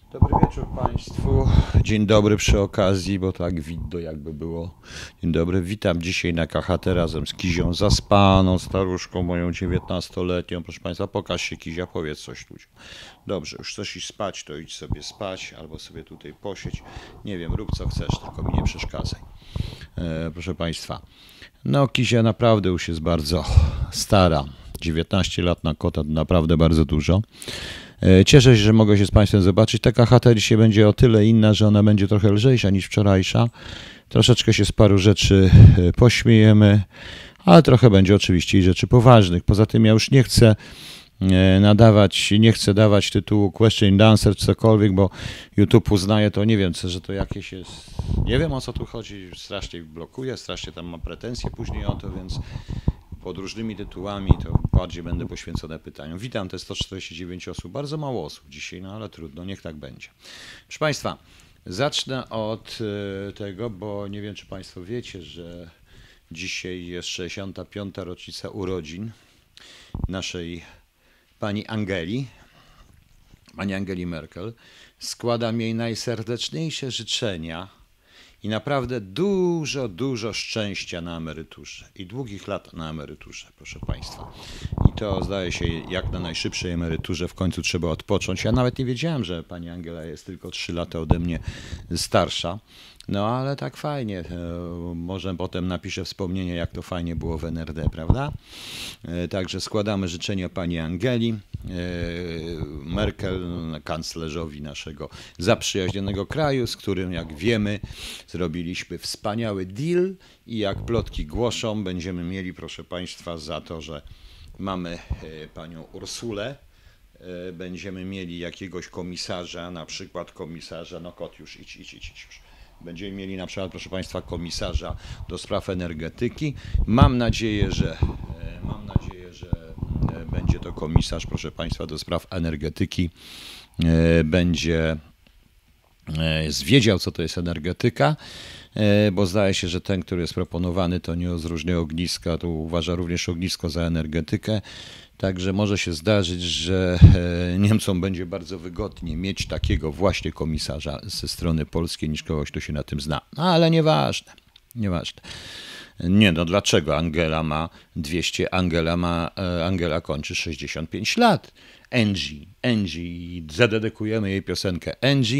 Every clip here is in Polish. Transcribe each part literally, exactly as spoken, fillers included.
Dobry wieczór Państwu. Dzień dobry przy okazji, bo tak widno jakby było. Dzień dobry, witam dzisiaj na K H T razem z Kizią zaspaną, staruszką moją dziewiętnastoletnią. Proszę Państwa, pokaż się Kizia, powiedz coś ludziom. Dobrze, już chcesz iść spać, to idź sobie spać albo sobie tutaj posiedź. Nie wiem, rób co chcesz, tylko mi nie przeszkadzaj. E, proszę Państwa, no Kizia naprawdę już jest bardzo stara. dziewiętnaście lat na kota to naprawdę bardzo dużo. Cieszę się, że mogę się z Państwem zobaczyć. Ta K H T dzisiaj będzie o tyle inna, że ona będzie trochę lżejsza niż wczorajsza. Troszeczkę się z paru rzeczy pośmiejemy, ale trochę będzie oczywiście i rzeczy poważnych. Poza tym ja już nie chcę nadawać, nie chcę dawać tytułu question and answer czy cokolwiek, bo YouTube uznaje to, nie wiem, co, że to jakieś jest, nie wiem o co tu chodzi, strasznie blokuje, strasznie tam ma pretensje później o to, więc pod różnymi tytułami to bardziej będę poświęcone pytaniom. Witam te sto czterdzieści dziewięć osób, bardzo mało osób dzisiaj, no ale trudno, niech tak będzie. Proszę Państwa, zacznę od tego, bo nie wiem, czy Państwo wiecie, że dzisiaj jest sześćdziesiąta piąta rocznica urodzin naszej pani Angeli, pani Angeli Merkel. Składam jej najserdeczniejsze życzenia i naprawdę dużo, dużo szczęścia na emeryturze i długich lat na emeryturze, proszę Państwa. I to zdaje się jak na najszybszej emeryturze, w końcu trzeba odpocząć. Ja nawet nie wiedziałem, że pani Angela jest tylko trzy lata ode mnie starsza. No ale tak fajnie, może potem napiszę wspomnienie, jak to fajnie było w N R D, prawda? Także składamy życzenia pani Angeli Merkel, kanclerzowi naszego zaprzyjaźnionego kraju, z którym, jak wiemy, zrobiliśmy wspaniały deal i jak plotki głoszą, będziemy mieli, proszę Państwa, za to, że mamy panią Ursulę, będziemy mieli jakiegoś komisarza, na przykład komisarza, no kot już, idź, idź, idź, idź już. Będziemy mieli na przykład, proszę Państwa, komisarza do spraw energetyki. Mam nadzieję, że mam nadzieję, że będzie to komisarz, proszę Państwa, do spraw energetyki. Będzie wiedział, co to jest energetyka, bo zdaje się, że ten, który jest proponowany, to nie rozróżnia ogniska, to uważa również ognisko za energetykę. Także może się zdarzyć, że Niemcom będzie bardzo wygodnie mieć takiego właśnie komisarza ze strony polskiej niż kogoś, kto się na tym zna. No, ale nieważne, nieważne. Nie no, dlaczego Angela ma dwieście, Angela ma, Angela kończy sześćdziesiąt pięć lat. Angie, Angie, zadedykujemy jej piosenkę Angie,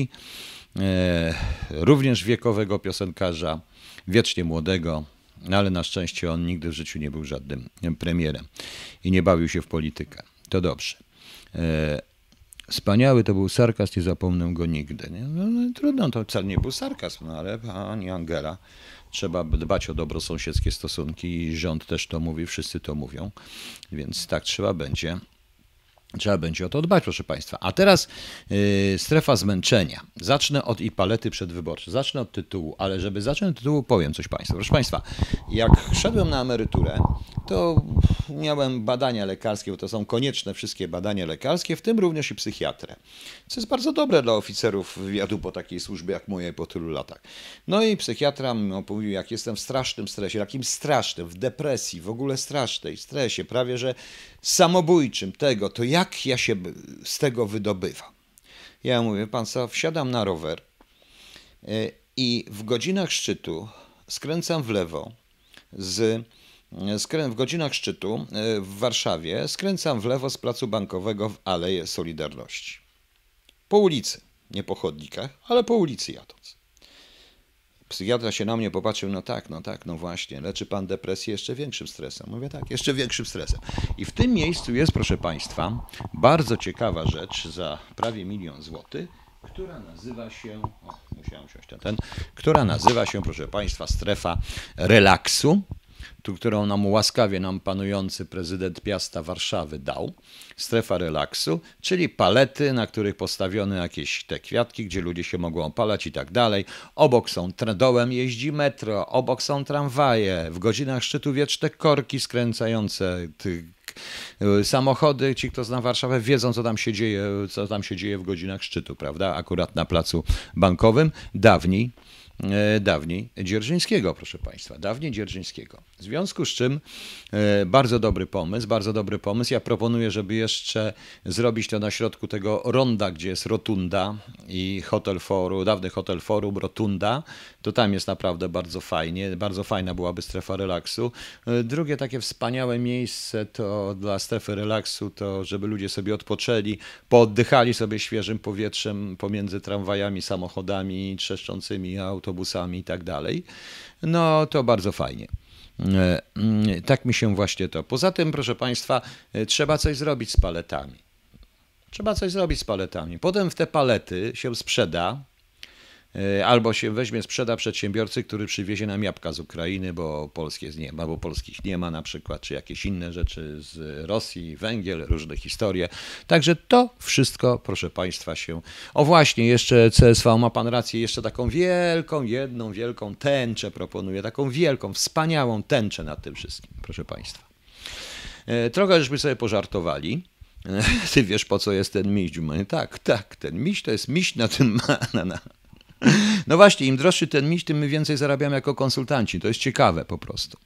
również wiekowego piosenkarza, wiecznie młodego. No ale na szczęście on nigdy w życiu nie był żadnym premierem i nie bawił się w politykę. To dobrze. E, wspaniały to był sarkazm, nie zapomnę go nigdy. Nie? No, no, trudno, to wcale nie był sarkazm, no, ale pani Angela, trzeba dbać o dobrosąsiedzkie stosunki i rząd też to mówi, wszyscy to mówią, więc tak trzeba będzie. Trzeba będzie o to dbać, proszę Państwa. A teraz yy, strefa zmęczenia. Zacznę od i palety przedwyborczej. Zacznę od tytułu, ale żeby zacząć od tytułu, powiem coś Państwu. Proszę Państwa, jak szedłem na emeryturę, to miałem badania lekarskie, bo to są konieczne wszystkie badania lekarskie, w tym również i psychiatrę. Co jest bardzo dobre dla oficerów wywiadu po takiej służbie jak mojej po tylu latach. No i psychiatra mi opowiedział, jak jestem w strasznym stresie, takim strasznym, w depresji, w ogóle strasznej, stresie, prawie że samobójczym tego, to jak ja się z tego wydobywam. Ja mówię, pan co, wsiadam na rower i w godzinach szczytu skręcam w lewo, z, w godzinach szczytu w Warszawie skręcam w lewo z Placu Bankowego w Aleję Solidarności. Po ulicy, nie po chodnikach, ale po ulicy jadąc. Psychiatra się na mnie popatrzył, no tak, no tak, no właśnie, leczy pan depresję jeszcze większym stresem. Mówię tak, jeszcze większym stresem. I w tym miejscu jest, proszę Państwa, bardzo ciekawa rzecz za prawie milion złotych, która nazywa się, o, musiałem wsiąść na ten, która nazywa się, proszę Państwa, strefa relaksu, tu, którą nam łaskawie nam panujący prezydent miasta Warszawy dał, strefa relaksu, czyli palety, na których postawione jakieś te kwiatki, gdzie ludzie się mogą opalać i tak dalej. Obok są, dołem jeździ metro, obok są tramwaje, w godzinach szczytu wieczne korki skręcające tych samochody. Ci, kto zna Warszawę, wiedzą, co tam się dzieje, co tam się dzieje w godzinach szczytu, prawda? Akurat na Placu Bankowym. Dawniej Dawniej Dzierżyńskiego, proszę Państwa, dawniej Dzierżyńskiego. W związku z czym bardzo dobry pomysł, bardzo dobry pomysł. Ja proponuję, żeby jeszcze zrobić to na środku tego ronda, gdzie jest rotunda, i Hotel Forum, dawny Hotel Forum, Rotunda, to tam jest naprawdę bardzo fajnie, bardzo fajna byłaby strefa relaksu. Drugie takie wspaniałe miejsce to dla strefy relaksu, to żeby ludzie sobie odpoczęli, pooddychali sobie świeżym powietrzem pomiędzy tramwajami, samochodami, trzeszczącymi autobusami i tak dalej. No to bardzo fajnie. Tak mi się właśnie to. Poza tym, proszę Państwa, trzeba coś zrobić z paletami. Trzeba coś zrobić z paletami. Potem w te palety się sprzeda, albo się weźmie, sprzeda przedsiębiorcy, który przywiezie nam jabłka z Ukrainy, bo polskie nie ma, bo polskich nie ma na przykład, czy jakieś inne rzeczy z Rosji, węgiel, różne historie. Także to wszystko, proszę Państwa, się... O właśnie, jeszcze C S V, ma Pan rację, jeszcze taką wielką, jedną wielką tęczę proponuję, taką wielką, wspaniałą tęczę nad tym wszystkim, proszę Państwa. Trochę żeśmy sobie pożartowali. Ty wiesz, po co jest ten miś? Mówię, tak, tak, ten miś to jest miś na tym... Na, na. No właśnie, im droższy ten miś, tym my więcej zarabiamy jako konsultanci. To jest ciekawe po prostu.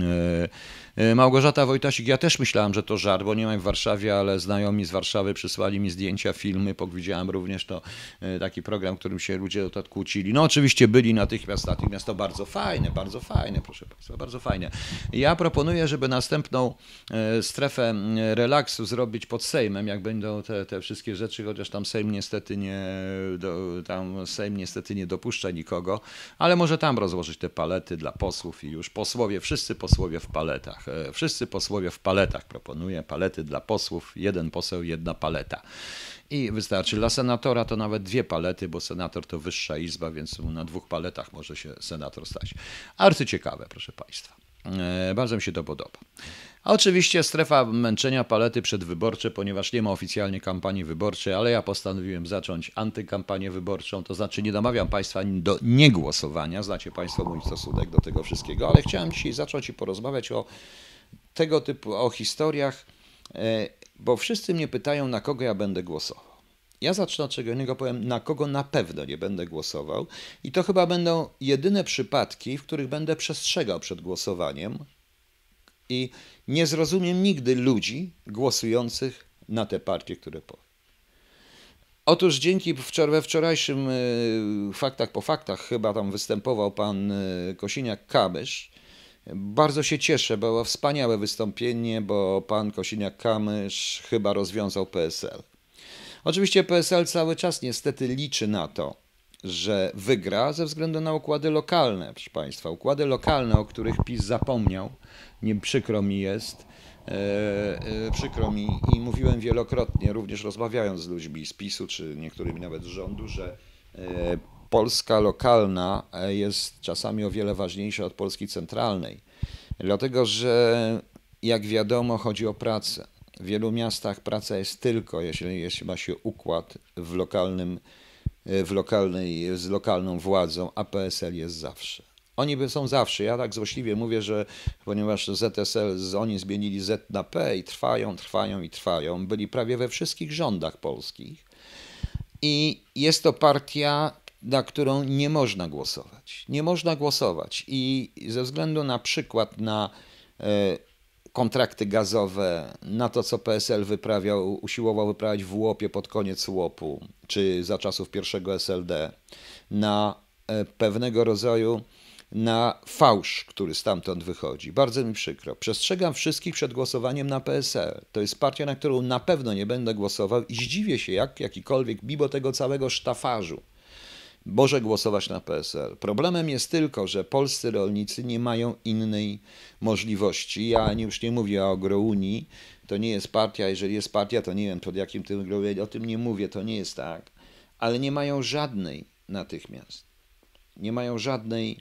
Małgorzata Wojtasik, ja też myślałem, że to żart, bo nie mam w Warszawie, ale znajomi z Warszawy przysłali mi zdjęcia, filmy, widziałem również to taki program, w którym się ludzie o to kłócili. No oczywiście byli natychmiast, natychmiast to bardzo fajne, bardzo fajne, proszę Państwa, bardzo fajne. Ja proponuję, żeby następną strefę relaksu zrobić pod Sejmem, jak będą te, te wszystkie rzeczy, chociaż tam Sejm niestety nie, do, tam Sejm niestety nie dopuszcza nikogo, ale może tam rozłożyć te palety dla posłów i już posłowie, wszyscy posłowie w paletach. Wszyscy posłowie w paletach, proponuję palety dla posłów, jeden poseł, jedna paleta. I wystarczy. Dla senatora to nawet dwie palety, bo senator to wyższa izba, więc na dwóch paletach może się senator stać. Arcyciekawe, proszę Państwa. Bardzo mi się to podoba. A oczywiście strefa męczenia, palety przedwyborcze, ponieważ nie ma oficjalnie kampanii wyborczej, ale ja postanowiłem zacząć antykampanię wyborczą, to znaczy nie namawiam Państwa do niegłosowania, znacie Państwo mój stosunek do tego wszystkiego, ale chciałem dzisiaj zacząć i porozmawiać o tego typu, o historiach, bo wszyscy mnie pytają, na kogo ja będę głosował. Ja zacznę od czego innego, powiem, na kogo na pewno nie będę głosował i to chyba będą jedyne przypadki, w których będę przestrzegał przed głosowaniem i nie zrozumiem nigdy ludzi głosujących na te partie, które powiem. Otóż dzięki we wczorajszym Faktach po faktach chyba tam występował pan Kosiniak-Kamysz. Bardzo się cieszę, było wspaniałe wystąpienie, bo pan Kosiniak-Kamysz chyba rozwiązał P S L. Oczywiście P S L cały czas niestety liczy na to, że wygra ze względu na układy lokalne, proszę Państwa. Układy lokalne, o których PiS zapomniał, nie przykro mi jest, e, e, przykro mi i mówiłem wielokrotnie, również rozmawiając z ludźmi z PiSu, czy niektórymi nawet z rządu, że e, Polska lokalna jest czasami o wiele ważniejsza od Polski centralnej, dlatego że jak wiadomo chodzi o pracę. W wielu miastach praca jest tylko, jeśli, jeśli ma się układ w lokalnym, w lokalnej, z lokalną władzą, a P S L jest zawsze. Oni są zawsze. Ja tak złośliwie mówię, że ponieważ Z S L, oni zmienili Z na P i trwają, trwają i trwają, byli prawie we wszystkich rządach polskich i jest to partia, na którą nie można głosować. Nie można głosować i ze względu na przykład na e, kontrakty gazowe, na to, co P S L wyprawiał, usiłował wyprawiać w Łopie pod koniec Łopu, czy za czasów pierwszego S L D, na e, pewnego rodzaju, na fałsz, który stamtąd wychodzi. Bardzo mi przykro. Przestrzegam wszystkich przed głosowaniem na P S L. To jest partia, na którą na pewno nie będę głosował i zdziwię się, jak jakikolwiek, mimo tego całego sztafarzu, może głosować na P S L. Problemem jest tylko, że polscy rolnicy nie mają innej możliwości. Ja już nie mówię o Agrounii, to nie jest partia, jeżeli jest partia, to nie wiem pod jakim tym, o tym nie mówię, to nie jest tak, ale nie mają żadnej natychmiast. Nie mają żadnej,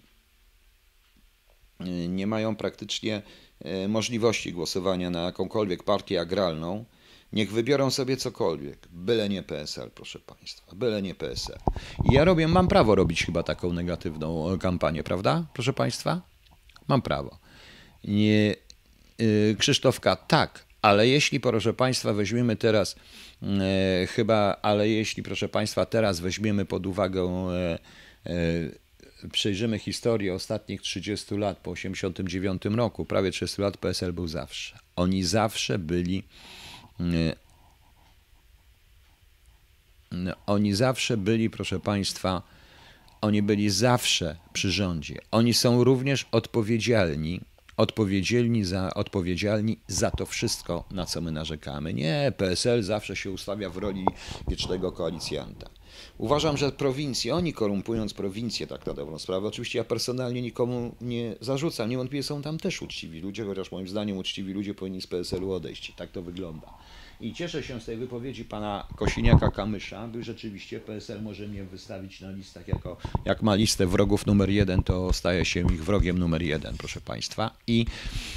nie mają praktycznie możliwości głosowania na jakąkolwiek partię agralną. Niech wybiorą sobie cokolwiek, byle nie P S L, proszę Państwa, byle nie P S L. I ja robię, mam prawo robić chyba taką negatywną kampanię, prawda, proszę Państwa? Mam prawo. Nie, yy, Krzysztofka, tak, ale jeśli, proszę Państwa, weźmiemy teraz, yy, chyba, ale jeśli, proszę Państwa, teraz weźmiemy pod uwagę, yy, yy, przejrzymy historię ostatnich trzydziestu lat, po osiemdziesiątym dziewiątym roku, prawie trzydziestu lat P S L był zawsze. Oni zawsze byli Oni zawsze byli, proszę Państwa, oni byli zawsze przy rządzie. Oni są również odpowiedzialni, odpowiedzialni za, odpowiedzialni za to wszystko, na co my narzekamy. Nie, P S L zawsze się ustawia w roli wiecznego koalicjanta. Uważam, że prowincje, oni korumpując prowincję, tak na dobrą sprawę, oczywiście ja personalnie nikomu nie zarzucam, niewątpliwie są tam też uczciwi ludzie, chociaż moim zdaniem uczciwi ludzie powinni z P S L-u odejść. Tak to wygląda. I cieszę się z tej wypowiedzi pana Kosiniaka-Kamysza, by rzeczywiście P S L może mnie wystawić na listach jako, jak ma listę wrogów numer jeden, to staje się ich wrogiem numer jeden, proszę państwa. I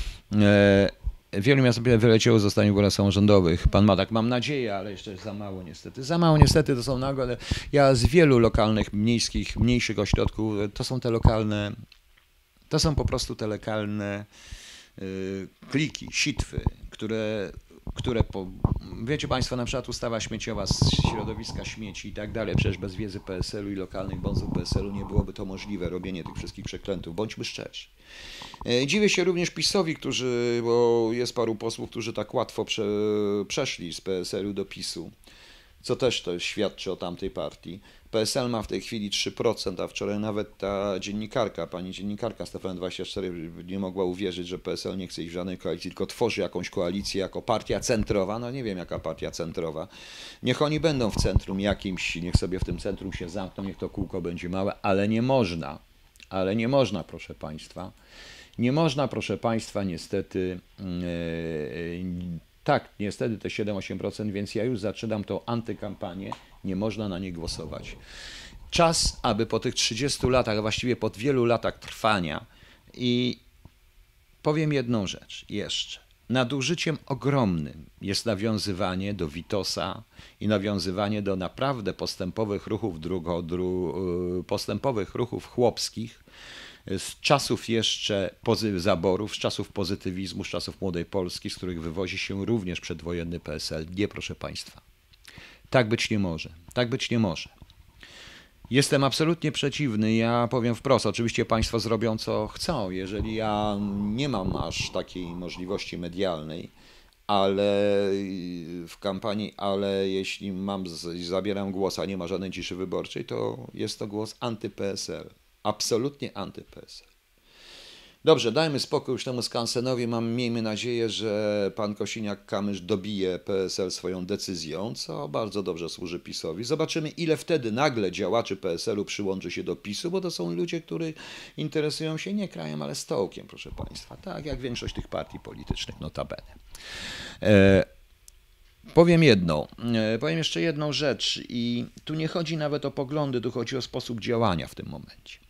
e, wielu miast wyleciało z zostaniu w ogóle samorządowych. Pan ma tak, mam nadzieję, ale jeszcze za mało niestety. Za mało niestety to są nagle. Ja z wielu lokalnych, miejskich, mniejszych ośrodków, to są te lokalne, to są po prostu te lokalne y, kliki, sitwy, które które, po, wiecie Państwo, na przykład ustawa śmieciowa z środowiska śmieci i tak dalej, przecież bez wiedzy P S L-u i lokalnych bonzów P S L-u nie byłoby to możliwe, robienie tych wszystkich przeklętów, bądźmy szczerzy. Dziwię się również PiS-owi, którzy, bo jest paru posłów, którzy tak łatwo prze, przeszli z P S L-u do PiS-u, co też to świadczy o tamtej partii. P S L ma w tej chwili trzy procent, a wczoraj nawet ta dziennikarka, pani dziennikarka z T V N dwadzieścia cztery nie mogła uwierzyć, że P S L nie chce iść w żadnej koalicji, tylko tworzy jakąś koalicję jako partia centrowa. No nie wiem jaka partia centrowa. Niech oni będą w centrum jakimś, niech sobie w tym centrum się zamkną, niech to kółko będzie małe, ale nie można, ale nie można, proszę Państwa, nie można, proszę Państwa, niestety, yy, tak, niestety te siedem osiem procent, więc ja już zaczynam tą antykampanię, nie można na nie głosować. Czas, aby po tych trzydziestu latach, a właściwie po wielu latach trwania i powiem jedną rzecz jeszcze. Nadużyciem ogromnym jest nawiązywanie do Witosa i nawiązywanie do naprawdę postępowych ruchów, drugo, dru, postępowych ruchów chłopskich z czasów jeszcze zaborów, z czasów pozytywizmu, z czasów Młodej Polski, z których wywozi się również przedwojenny P S L. Nie, proszę Państwa. Tak być nie może. Tak być nie może. Jestem absolutnie przeciwny. Ja powiem wprost, oczywiście Państwo zrobią co chcą. Jeżeli ja nie mam aż takiej możliwości medialnej, ale w kampanii, ale jeśli mam, zabieram głos, a nie ma żadnej ciszy wyborczej, to jest to głos anty-P S L. Absolutnie anty-P S L. Dobrze, dajmy spokój już temu skansenowi. Mam, miejmy nadzieję, że pan Kosiniak-Kamysz dobije P S L swoją decyzją, co bardzo dobrze służy PiS-owi. Zobaczymy, ile wtedy nagle działaczy P S L-u przyłączy się do PiS-u, bo to są ludzie, którzy interesują się nie krajem, ale stołkiem, proszę Państwa. Tak jak większość tych partii politycznych, notabene. E, powiem jedną, e, powiem jeszcze jedną rzecz i tu nie chodzi nawet o poglądy, tu chodzi o sposób działania w tym momencie.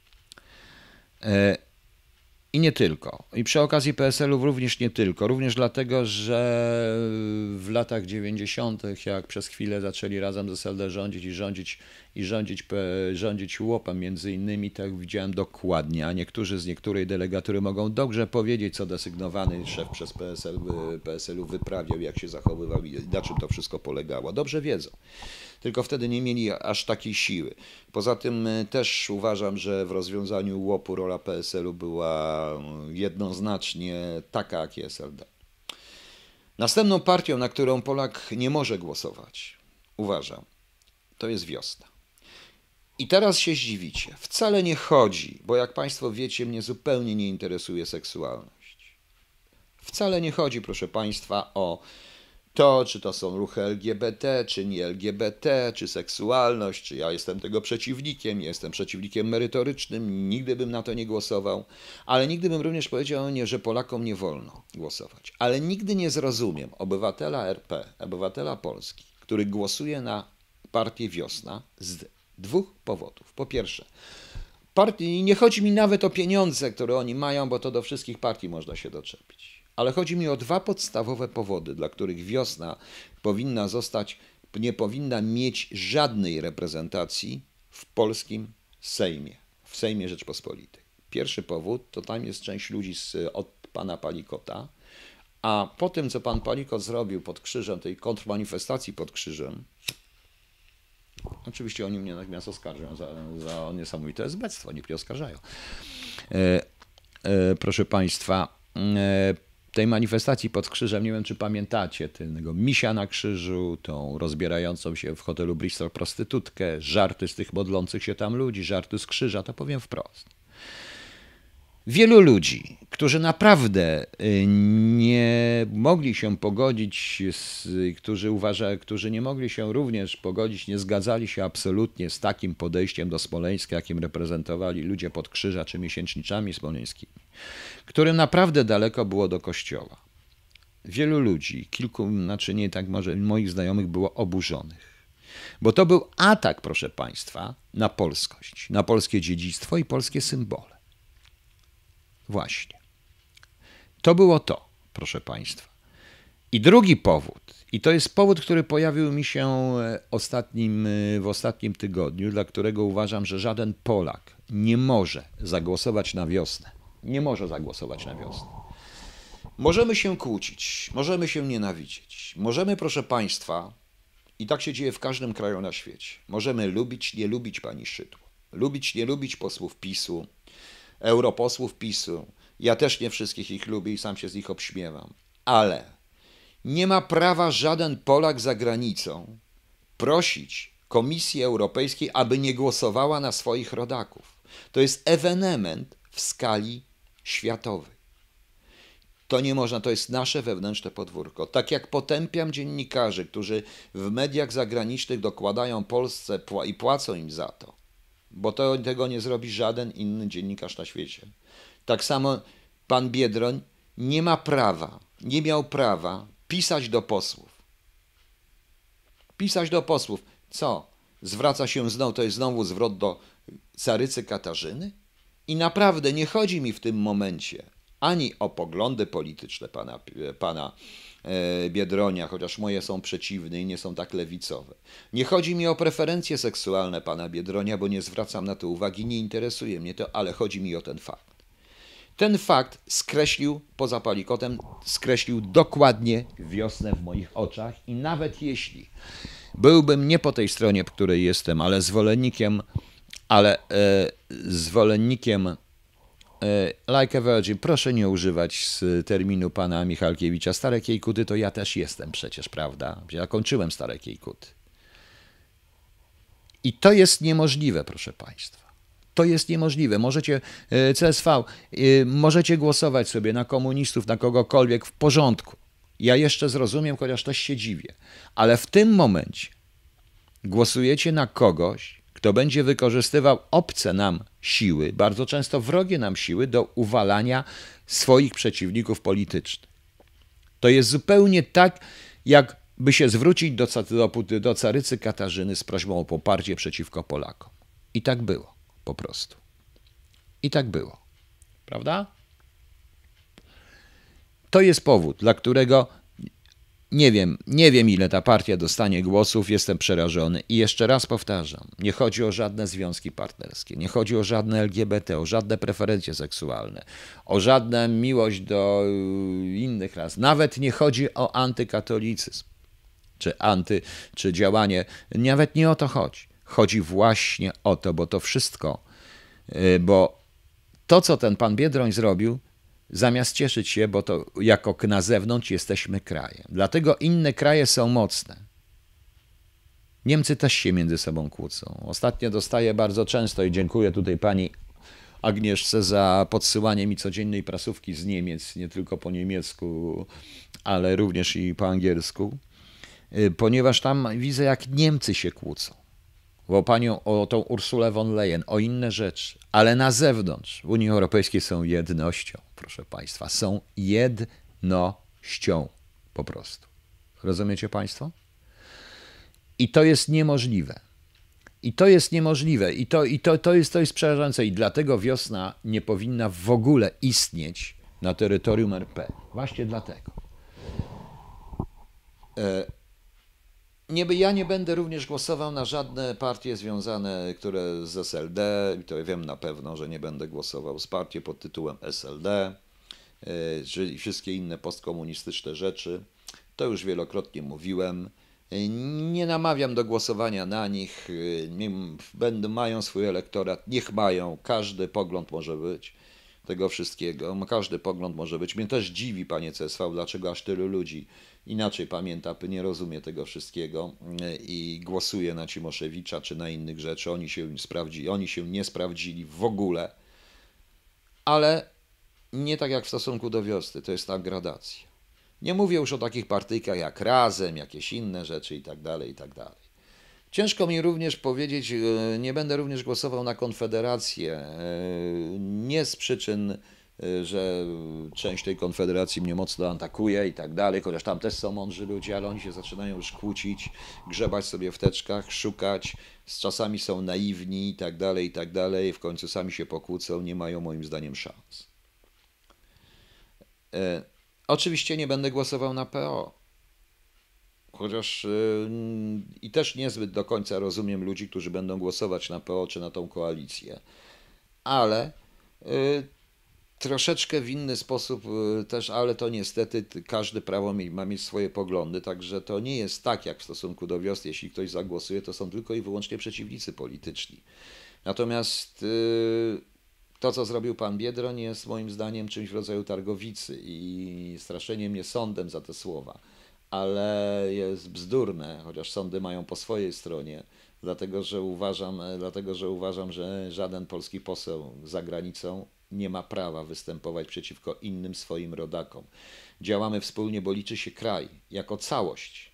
E, I nie tylko. I przy okazji P S L-u również nie tylko. Również dlatego, że w latach dziewięćdziesiątych, jak przez chwilę zaczęli razem z S L D rządzić i rządzić, i rządzić, rządzić łopem między innymi, tak widziałem dokładnie, a niektórzy z niektórej delegatury mogą dobrze powiedzieć, co desygnowany szef przez P S L, P S L-u wyprawiał, jak się zachowywał i na czym to wszystko polegało. Dobrze wiedzą. Tylko wtedy nie mieli aż takiej siły. Poza tym też uważam, że w rozwiązaniu łopu rola P S L-u była jednoznacznie taka, jak jest S L D. Następną partią, na którą Polak nie może głosować, uważam, to jest Wiosna. I teraz się zdziwicie. Wcale nie chodzi, bo jak Państwo wiecie, mnie zupełnie nie interesuje seksualność. Wcale nie chodzi, proszę Państwa, o to, czy to są ruchy L G B T, czy nie L G B T, czy seksualność, czy ja jestem tego przeciwnikiem, jestem przeciwnikiem merytorycznym, nigdy bym na to nie głosował, ale nigdy bym również powiedział, nie, że Polakom nie wolno głosować. Ale nigdy nie zrozumiem obywatela R P, obywatela Polski, który głosuje na partię Wiosna z dwóch powodów. Po pierwsze, partii, nie chodzi mi nawet o pieniądze, które oni mają, bo to do wszystkich partii można się doczepić. Ale chodzi mi o dwa podstawowe powody, dla których Wiosna powinna zostać, nie powinna mieć żadnej reprezentacji w polskim Sejmie, w Sejmie Rzeczpospolitej. Pierwszy powód to tam jest część ludzi z, od pana Palikota, a po tym, co pan Palikot zrobił pod krzyżem, tej kontrmanifestacji pod krzyżem, oczywiście oni mnie natomiast oskarżają za, za niesamowite esbectwo, oni mnie oskarżają. E, e, proszę Państwa, e, tej manifestacji pod krzyżem, nie wiem czy pamiętacie, tego misia na krzyżu, tą rozbierającą się w hotelu Bristol prostytutkę, żarty z tych modlących się tam ludzi, żarty z krzyża, to powiem wprost. Wielu ludzi, którzy naprawdę nie mogli się pogodzić, z, którzy uważają, którzy nie mogli się również pogodzić, nie zgadzali się absolutnie z takim podejściem do Smoleńska, jakim reprezentowali ludzie pod krzyża czy miesięczniczami smoleńskimi, którym naprawdę daleko było do kościoła. Wielu ludzi, kilku, znaczy nie tak może, moich znajomych było oburzonych. Bo to był atak, proszę Państwa, na polskość, na polskie dziedzictwo i polskie symbole. Właśnie. To było to, proszę Państwa. I drugi powód, i to jest powód, który pojawił mi się ostatnim, w ostatnim tygodniu, dla którego uważam, że żaden Polak nie może zagłosować na wiosnę. Nie może zagłosować na wiosnę. Możemy się kłócić, możemy się nienawidzieć. Możemy, proszę Państwa, i tak się dzieje w każdym kraju na świecie, możemy lubić, nie lubić pani Szydło. Lubić, nie lubić posłów PiSu, europosłów PiSu. Ja też nie wszystkich ich lubię i sam się z nich obśmiewam. Ale nie ma prawa żaden Polak za granicą prosić Komisji Europejskiej, aby nie głosowała na swoich rodaków. To jest ewenement w skali światowej. To nie można, to jest nasze wewnętrzne podwórko. Tak jak potępiam dziennikarzy, którzy w mediach zagranicznych dokładają Polsce i płacą im za to, bo to, tego nie zrobi żaden inny dziennikarz na świecie. Tak samo pan Biedroń nie ma prawa, nie miał prawa pisać do posłów. Pisać do posłów. Co? Zwraca się znowu, to jest znowu zwrot do carycy Katarzyny? I naprawdę nie chodzi mi w tym momencie ani o poglądy polityczne pana, pana Biedronia, chociaż moje są przeciwne i nie są tak lewicowe. Nie chodzi mi o preferencje seksualne pana Biedronia, bo nie zwracam na to uwagi, nie interesuje mnie to, ale chodzi mi o ten fakt. Ten fakt skreślił, poza palikotem, skreślił dokładnie wiosnę w moich oczach i nawet jeśli byłbym nie po tej stronie, po której jestem, ale zwolennikiem, ale e, zwolennikiem like a virgin, proszę nie używać z terminu pana Michalkiewicza. Stare Kiejkuty to ja też jestem przecież, prawda? Ja kończyłem Stare Kiejkuty. I to jest niemożliwe, proszę Państwa. To jest niemożliwe. Możecie, C S V, możecie głosować sobie na komunistów, na kogokolwiek w porządku. Ja jeszcze zrozumiem, chociaż też się dziwię. Ale w tym momencie głosujecie na kogoś, kto będzie wykorzystywał obce nam siły, bardzo często wrogie nam siły, do uwalania swoich przeciwników politycznych. To jest zupełnie tak, jakby się zwrócić do, do, do carycy Katarzyny z prośbą o poparcie przeciwko Polakom. I tak było, po prostu. I tak było. Prawda? To jest powód, dla którego nie wiem, nie wiem ile ta partia dostanie głosów, jestem przerażony. I jeszcze raz powtarzam, nie chodzi o żadne związki partnerskie, nie chodzi o żadne L G B T, o żadne preferencje seksualne, o żadną miłość do innych ras. Nawet nie chodzi o antykatolicyzm, czy anty, czy działanie. Nawet nie o to chodzi. Chodzi właśnie o to, bo to wszystko, bo to, co ten pan Biedroń zrobił, zamiast cieszyć się, bo to jako na zewnątrz jesteśmy krajem. Dlatego inne kraje są mocne. Niemcy też się między sobą kłócą. Ostatnio dostaję bardzo często i dziękuję tutaj pani Agnieszce za podsyłanie mi codziennej prasówki z Niemiec, nie tylko po niemiecku, ale również i po angielsku, ponieważ tam widzę, jak Niemcy się kłócą. O panią, o tą Ursulę von Leyen, o inne rzeczy, ale na zewnątrz w Unii Europejskiej są jednością, proszę Państwa, są jednością po prostu. Rozumiecie Państwo? I to jest niemożliwe. I to jest niemożliwe. I to, i to, to, jest, to jest przerażające. I dlatego wiosna nie powinna w ogóle istnieć na terytorium R P. Właśnie dlatego. E Nie, ja nie będę również głosował na żadne partie związane, które z S L D, i to wiem na pewno, że nie będę głosował z partii pod tytułem S L D, czyli wszystkie inne postkomunistyczne rzeczy. To już wielokrotnie mówiłem. Nie namawiam do głosowania na nich, będą, mają swój elektorat, niech mają, każdy pogląd może być. tego wszystkiego. Każdy pogląd może być. Mnie też dziwi, panie C S V, dlaczego aż tylu ludzi inaczej pamięta, nie rozumie tego wszystkiego i głosuje na Cimoszewicza czy na innych rzeczy. Oni się sprawdzili, oni się nie sprawdzili w ogóle, ale nie tak jak w stosunku do Wiosny, to jest ta gradacja. Nie mówię już o takich partyjkach jak Razem, jakieś inne rzeczy i tak dalej, i tak dalej. Ciężko mi również powiedzieć, nie będę również głosował na Konfederację, nie z przyczyn, że część tej Konfederacji mnie mocno atakuje i tak dalej, chociaż tam też są mądrzy ludzie, ale oni się zaczynają już kłócić, grzebać sobie w teczkach, szukać, z czasami są naiwni i tak dalej, i tak dalej, w końcu sami się pokłócą, nie mają moim zdaniem szans. E, oczywiście nie będę głosował na P O. Chociaż yy, i też niezbyt do końca rozumiem ludzi, którzy będą głosować na P O czy na tą koalicję. Ale yy, troszeczkę w inny sposób yy, też, ale to niestety każdy prawo ma mieć swoje poglądy, także to nie jest tak jak w stosunku do Wiosny. Jeśli ktoś zagłosuje, to są tylko i wyłącznie przeciwnicy polityczni. Natomiast yy, to, co zrobił pan Biedroń, jest moim zdaniem czymś w rodzaju targowicy i straszenie mnie sądem za te słowa. Ale jest bzdurne, chociaż sądy mają po swojej stronie, dlatego że uważam, dlatego, że, uważam że żaden polski poseł za granicą nie ma prawa występować przeciwko innym swoim rodakom. Działamy wspólnie, bo liczy się kraj jako całość,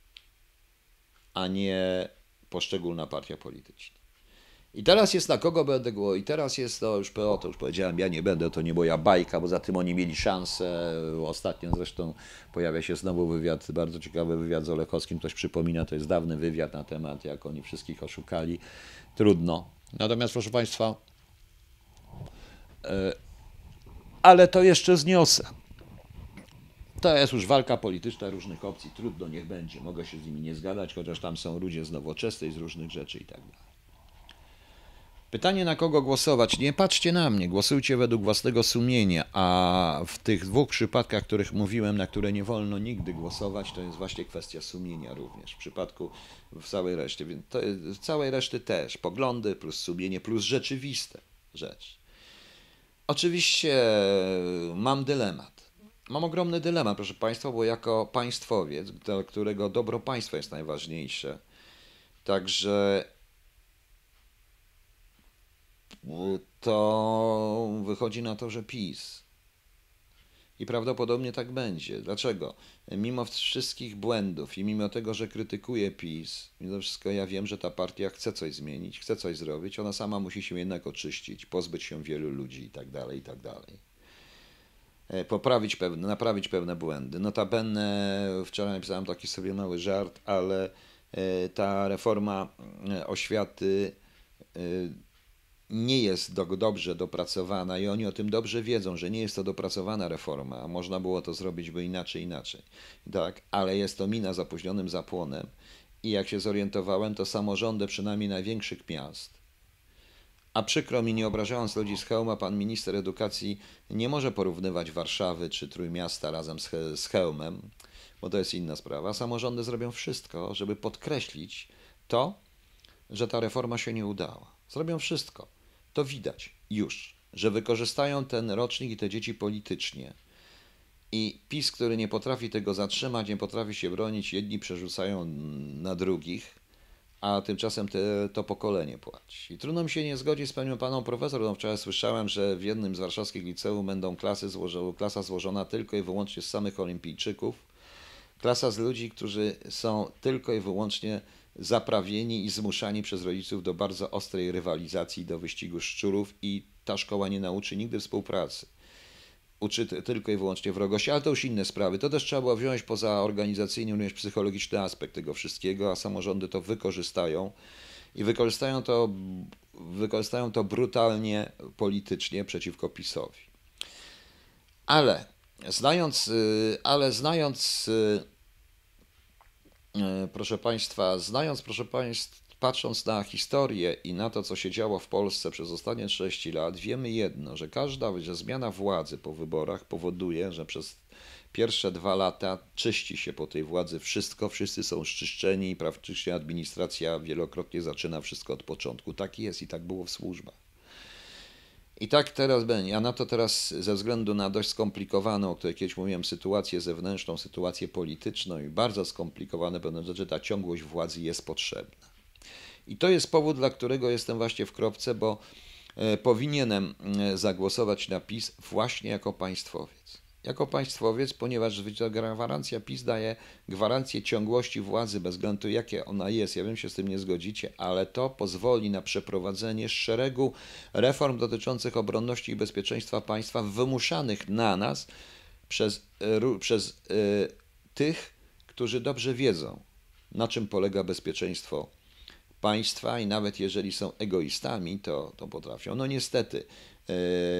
a nie poszczególna partia polityczna. I teraz jest na kogo będę głosował, i teraz jest to już P O, to już powiedziałem, ja nie będę, to nie moja bajka, bo za tym oni mieli szansę. Ostatnio zresztą pojawia się znowu wywiad, bardzo ciekawy wywiad z Olechowskim, ktoś przypomina, to jest dawny wywiad na temat, jak oni wszystkich oszukali. Trudno. Natomiast proszę Państwa, ale to jeszcze zniosę. To jest już walka polityczna różnych opcji, trudno, niech będzie, mogę się z nimi nie zgadzać, chociaż tam są ludzie z Nowoczesnej, z różnych rzeczy i tak dalej. Pytanie, na kogo głosować? Nie patrzcie na mnie, głosujcie według własnego sumienia, a w tych dwóch przypadkach, których mówiłem, na które nie wolno nigdy głosować, to jest właśnie kwestia sumienia również, w przypadku w całej reszcie, więc to jest, w całej reszty też, poglądy plus sumienie plus rzeczywiste rzeczy. Oczywiście mam dylemat. Mam ogromny dylemat, proszę Państwa, bo jako państwowiec, dla którego dobro państwa jest najważniejsze, także to wychodzi na to, że PiS. I prawdopodobnie tak będzie. Dlaczego? Mimo wszystkich błędów i mimo tego, że krytykuję PiS, mimo wszystko ja wiem, że ta partia chce coś zmienić, chce coś zrobić, ona sama musi się jednak oczyścić, pozbyć się wielu ludzi i tak dalej, i tak dalej. Poprawić pewne, naprawić pewne błędy. Notabene wczoraj napisałem taki sobie mały żart, ale ta reforma oświaty nie jest do, dobrze dopracowana i oni o tym dobrze wiedzą, że nie jest to dopracowana reforma, a można było to zrobić by inaczej, inaczej. Tak, ale jest to mina z opóźnionym zapłonem i jak się zorientowałem, to samorządy przynajmniej największych miast, a przykro mi, nie obrażając ludzi z Chełma, pan minister edukacji nie może porównywać Warszawy czy Trójmiasta razem z, He- z Chełmem, bo to jest inna sprawa. Samorządy zrobią wszystko, żeby podkreślić to, że ta reforma się nie udała. Zrobią wszystko. To widać już, że wykorzystają ten rocznik i te dzieci politycznie. I PiS, który nie potrafi tego zatrzymać, nie potrafi się bronić, jedni przerzucają na drugich, a tymczasem te, to pokolenie płaci. I trudno mi się nie zgodzić z panią paną profesor, bo wczoraj słyszałem, że w jednym z warszawskich liceów będą klasy złożone, klasa złożona tylko i wyłącznie z samych olimpijczyków, klasa z ludzi, którzy są tylko i wyłącznie zaprawieni i zmuszani przez rodziców do bardzo ostrej rywalizacji, do wyścigu szczurów i ta szkoła nie nauczy nigdy współpracy. Uczy tylko i wyłącznie wrogości, ale to już inne sprawy. To też trzeba było wziąć poza organizacyjny, również psychologiczny aspekt tego wszystkiego, a samorządy to wykorzystają i wykorzystają to, wykorzystają to brutalnie politycznie przeciwko PiS-owi. Ale znając, ale znając proszę Państwa, znając, proszę Państwa, patrząc na historię i na to, co się działo w Polsce przez ostatnie trzydzieści lat, wiemy jedno, że każda że zmiana władzy po wyborach powoduje, że przez pierwsze dwa lata czyści się po tej władzy wszystko, wszyscy są szczyszczeni i praktycznie administracja wielokrotnie zaczyna wszystko od początku. Tak jest i tak było w służbach. I tak teraz będzie. Ja na to teraz ze względu na dość skomplikowaną, o której kiedyś mówiłem, sytuację zewnętrzną, sytuację polityczną i bardzo skomplikowane pewne rzeczy, ta ciągłość władzy jest potrzebna. I to jest powód, dla którego jestem właśnie w kropce, bo e, powinienem e, zagłosować na PiS właśnie jako państwowiec. Jako państwowiec, ponieważ gwarancja PiS daje gwarancję ciągłości władzy bez względu jakie ona jest. Ja wiem, się z tym nie zgodzicie, ale to pozwoli na przeprowadzenie szeregu reform dotyczących obronności i bezpieczeństwa państwa wymuszanych na nas przez, e, przez e, tych, którzy dobrze wiedzą, na czym polega bezpieczeństwo państwa i nawet jeżeli są egoistami, to, to potrafią. No niestety, yy,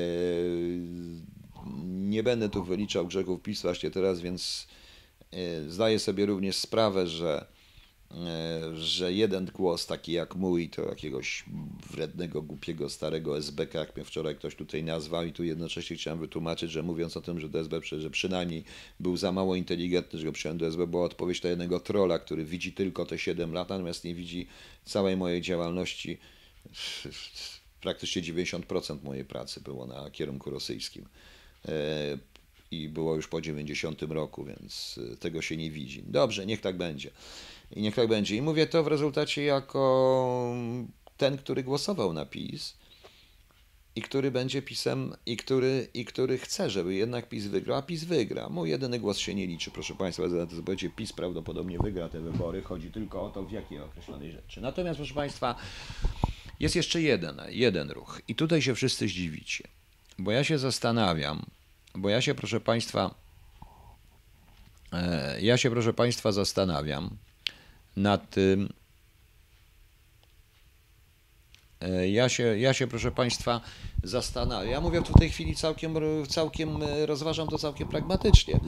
nie będę tu wyliczał grzechów PiS właśnie teraz, więc yy, zdaję sobie również sprawę, że, yy, że jeden głos taki jak mój, to jakiegoś wrednego, głupiego, starego es be ka, jak mnie wczoraj ktoś tutaj nazwał i tu jednocześnie chciałem wytłumaczyć, że mówiąc o tym, że do es be, że przynajmniej był za mało inteligentny, że go przyjąłem do es be, była odpowiedź na jednego trolla, który widzi tylko te siedem lat, natomiast nie widzi całej mojej działalności. Praktycznie dziewięćdziesiąt procent mojej pracy było na kierunku rosyjskim i było już po dziewięćdziesiątym roku, więc tego się nie widzi. Dobrze, niech tak będzie. I niech tak będzie. I mówię to w rezultacie jako ten, który głosował na PiS i który będzie PiSem i który, i który chce, żeby jednak PiS wygrał, a PiS wygra. Mój jedyny głos się nie liczy, proszę Państwa, za to będzie PiS prawdopodobnie wygra te wybory. Chodzi tylko o to, w jakiej określonej rzeczy. Natomiast, proszę Państwa, jest jeszcze jeden, jeden ruch i tutaj się wszyscy zdziwicie, bo ja się zastanawiam, bo ja się, proszę Państwa, ja się, proszę Państwa, zastanawiam nad tym, ja się, ja się, proszę Państwa, zastanawiam. Ja mówię w tej chwili całkiem, całkiem, rozważam to całkiem pragmatycznie.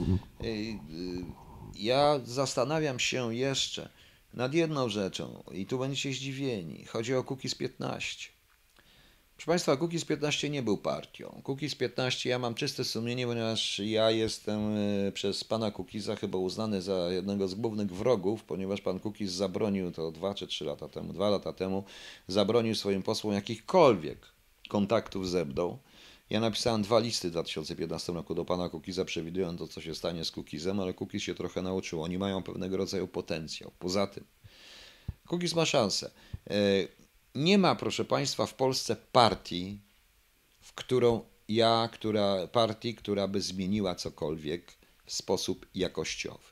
Ja zastanawiam się jeszcze nad jedną rzeczą i tu będziecie zdziwieni. Chodzi o Kukiz piętnaście. Proszę Państwa, Kukiz piętnaście nie był partią. Kukiz piętnaście, ja mam czyste sumienie, ponieważ ja jestem przez pana Kukiza chyba uznany za jednego z głównych wrogów, ponieważ pan Kukiz zabronił to dwa czy trzy lata temu, dwa lata temu, zabronił swoim posłom jakichkolwiek kontaktów ze mną. Ja napisałem dwa listy w dwa tysiące piętnastym roku do pana Kukiza, przewidując to, co się stanie z Kukizem, ale Kukiz się trochę nauczył. Oni mają pewnego rodzaju potencjał. Poza tym, Kukiz ma szansę. Nie ma, proszę Państwa, w Polsce partii, w którą ja, która, partii, która by zmieniła cokolwiek w sposób jakościowy.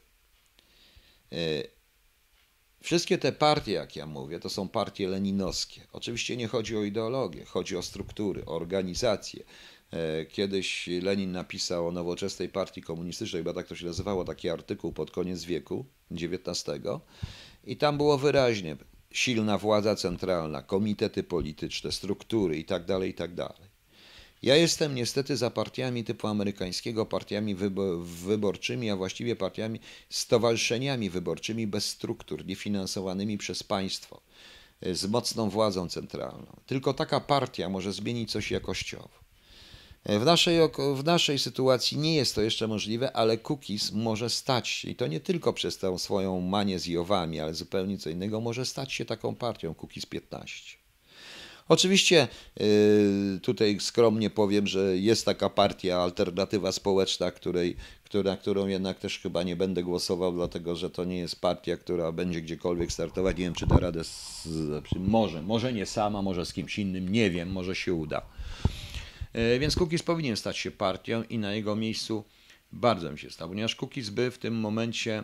Wszystkie te partie, jak ja mówię, to są partie leninowskie. Oczywiście nie chodzi o ideologię, chodzi o struktury, o organizację. Kiedyś Lenin napisał o nowoczesnej partii komunistycznej, bo tak to się nazywało, taki artykuł pod koniec wieku dziewiętnastego i tam było wyraźnie silna władza centralna, komitety polityczne, struktury itd., itd. Ja jestem niestety za partiami typu amerykańskiego, partiami wyborczymi, a właściwie partiami, stowarzyszeniami wyborczymi bez struktur, niefinansowanymi przez państwo, z mocną władzą centralną. Tylko taka partia może zmienić coś jakościowo. W naszej, w naszej sytuacji nie jest to jeszcze możliwe, ale Kukiz może stać się, i to nie tylko przez tę swoją manię z Jowami, ale zupełnie co innego, może stać się taką partią Kukiz piętnaście. Oczywiście yy, tutaj skromnie powiem, że jest taka partia Alternatywa Społeczna, której, która, którą jednak też chyba nie będę głosował, dlatego że to nie jest partia, która będzie gdziekolwiek startować. Nie wiem, czy da radę, z, może, może nie sama, może z kimś innym, nie wiem, może się uda. Więc Kukiz powinien stać się partią i na jego miejscu bardzo mi się stał, ponieważ Kukiz by w tym momencie,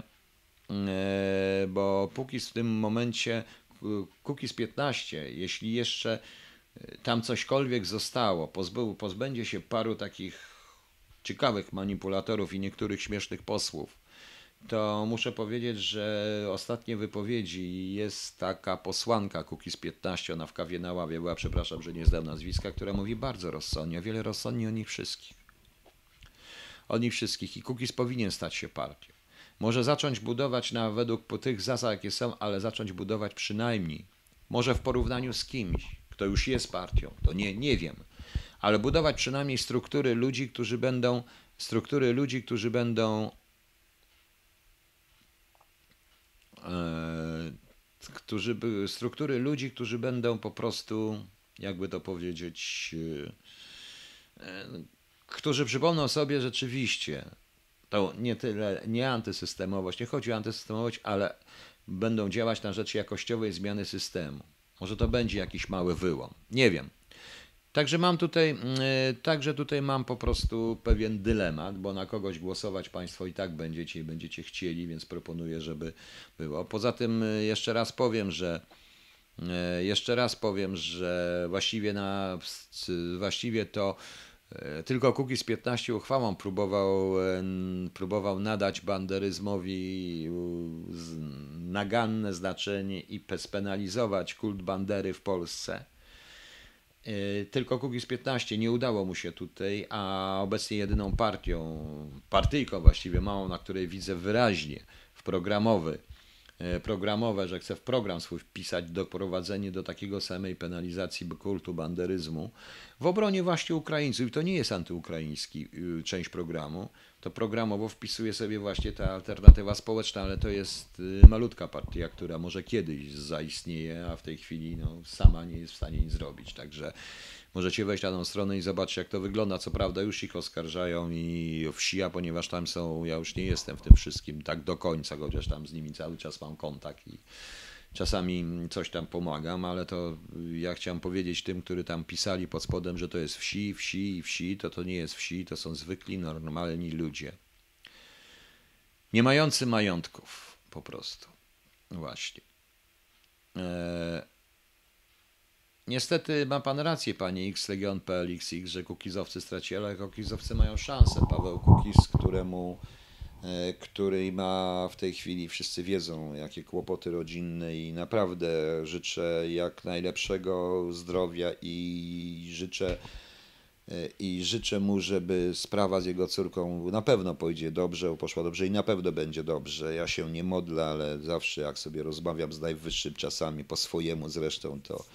bo Kukiz w tym momencie, Kukiz piętnaście, jeśli jeszcze tam cośkolwiek zostało, pozbył, pozbędzie się paru takich ciekawych manipulatorów i niektórych śmiesznych posłów, to muszę powiedzieć, że ostatnie wypowiedzi jest taka posłanka Kukiz piętnaście, ona w kawie na ławie była, przepraszam, że nie znam nazwiska, która mówi bardzo rozsądnie, o wiele rozsądniej o nich wszystkich. O nich wszystkich i Kukiz powinien stać się partią. Może zacząć budować na według po tych zasad, jakie są, ale zacząć budować przynajmniej, może w porównaniu z kimś, kto już jest partią, to nie, nie wiem, ale budować przynajmniej struktury ludzi, którzy będą, struktury ludzi, którzy będą którzy, struktury ludzi, którzy będą po prostu, jakby to powiedzieć, którzy przypomną sobie rzeczywiście to nie tyle, nie antysystemowość, nie chodzi o antysystemowość, ale będą działać na rzecz jakościowej zmiany systemu. Może to będzie jakiś mały wyłom. Nie wiem. Także mam tutaj, yy, także tutaj mam po prostu pewien dylemat, bo na kogoś głosować Państwo i tak będziecie i będziecie chcieli, więc proponuję, żeby było. Poza tym yy, jeszcze raz powiem, że yy, jeszcze raz powiem, że właściwie na właściwie to yy, tylko Kukiz piętnaście uchwałą próbował, yy, próbował nadać banderyzmowi yy, naganne znaczenie i spenalizować kult bandery w Polsce. Tylko Kukiz piętnaście nie udało mu się tutaj, a obecnie jedyną partią, partyjką właściwie małą, na której widzę wyraźnie w programowy, programowe, że chce w program swój wpisać doprowadzenie do takiego samej penalizacji kultu banderyzmu w obronie właśnie Ukraińców. I to nie jest antyukraiński część programu, to programowo wpisuje sobie właśnie ta alternatywa społeczna, ale to jest malutka partia, która może kiedyś zaistnieje, a w tej chwili no, sama nie jest w stanie nic zrobić. Także możecie wejść na tą stronę i zobaczyć, jak to wygląda. Co prawda już ich oskarżają i wsi, a ponieważ tam są, ja już nie jestem w tym wszystkim tak do końca, chociaż tam z nimi cały czas mam kontakt i czasami coś tam pomagam, ale to ja chciałem powiedzieć tym, którzy tam pisali pod spodem, że to jest wsi, wsi i wsi, to to nie jest wsi, to są zwykli, normalni ludzie. Nie mający majątków po prostu. Właśnie. Eee, niestety ma pan rację, panie X, Legion P L X X, że kukizowcy stracili, ale kukizowcy mają szansę. Paweł Kukiz, któremu który ma w tej chwili, wszyscy wiedzą, jakie kłopoty rodzinne i naprawdę życzę jak najlepszego zdrowia i życzę, i życzę mu, żeby sprawa z jego córką na pewno pójdzie dobrze, poszła dobrze i na pewno będzie dobrze. Ja się nie modlę, ale zawsze jak sobie rozmawiam z najwyższym czasami, po swojemu zresztą, to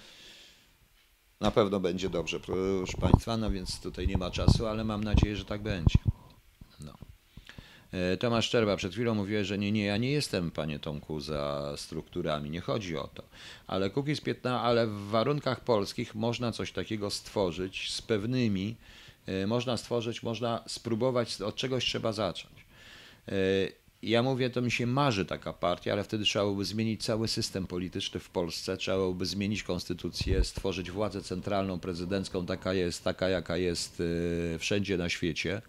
na pewno będzie dobrze, proszę Państwa, no więc tutaj nie ma czasu, ale mam nadzieję, że tak będzie. No. Tomasz Szczerba, przed chwilą mówiłeś, że nie, nie, ja nie jestem, panie Tomku, za strukturami, nie chodzi o to. Ale Kukiz piętnaście, ale w warunkach polskich można coś takiego stworzyć z pewnymi, można stworzyć, można spróbować, od czegoś trzeba zacząć. Ja mówię, to mi się marzy taka partia, ale wtedy trzeba byłoby zmienić cały system polityczny w Polsce, trzeba byłoby zmienić konstytucję, stworzyć władzę centralną, prezydencką, taka jest, taka jaka jest wszędzie na świecie.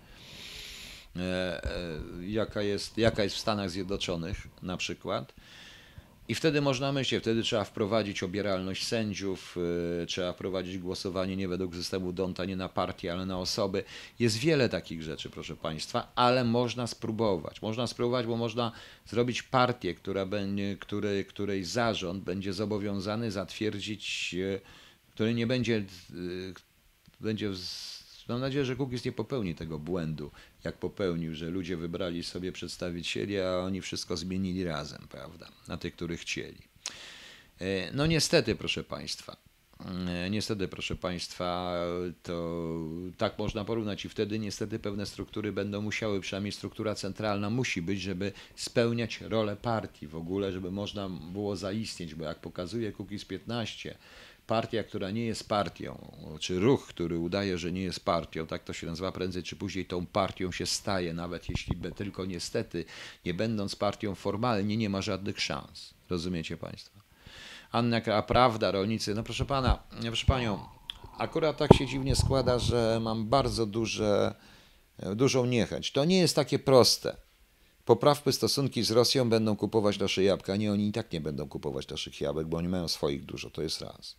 Jaka jest, jaka jest w Stanach Zjednoczonych na przykład. I wtedy można myśleć, wtedy trzeba wprowadzić obieralność sędziów, trzeba wprowadzić głosowanie nie według systemu Donta, nie na partię, ale na osoby. Jest wiele takich rzeczy, proszę Państwa, ale można spróbować. Można spróbować, bo można zrobić partię, która będzie, której, której zarząd będzie zobowiązany zatwierdzić, który nie będzie, będzie mam nadzieję, że Kukiz nie popełni tego błędu, jak popełnił, że ludzie wybrali sobie przedstawicieli, a oni wszystko zmienili razem, prawda, na tych, których chcieli. No niestety, proszę Państwa, niestety, proszę Państwa, to tak można porównać i wtedy niestety pewne struktury będą musiały, przynajmniej struktura centralna musi być, żeby spełniać rolę partii w ogóle, żeby można było zaistnieć, bo jak pokazuje Kukiz piętnaście, partia, która nie jest partią, czy ruch, który udaje, że nie jest partią, tak to się nazywa, prędzej czy później tą partią się staje, nawet jeśli by tylko niestety, nie będąc partią formalnie, nie ma żadnych szans. Rozumiecie Państwo? Anna, a prawda, rolnicy, no proszę Pana, proszę Panią, akurat tak się dziwnie składa, że mam bardzo duże, dużą niechęć. To nie jest takie proste. Poprawmy stosunki z Rosją, będą kupować nasze jabłka. Nie, oni i tak nie będą kupować naszych jabłek, bo oni mają swoich dużo, to jest raz.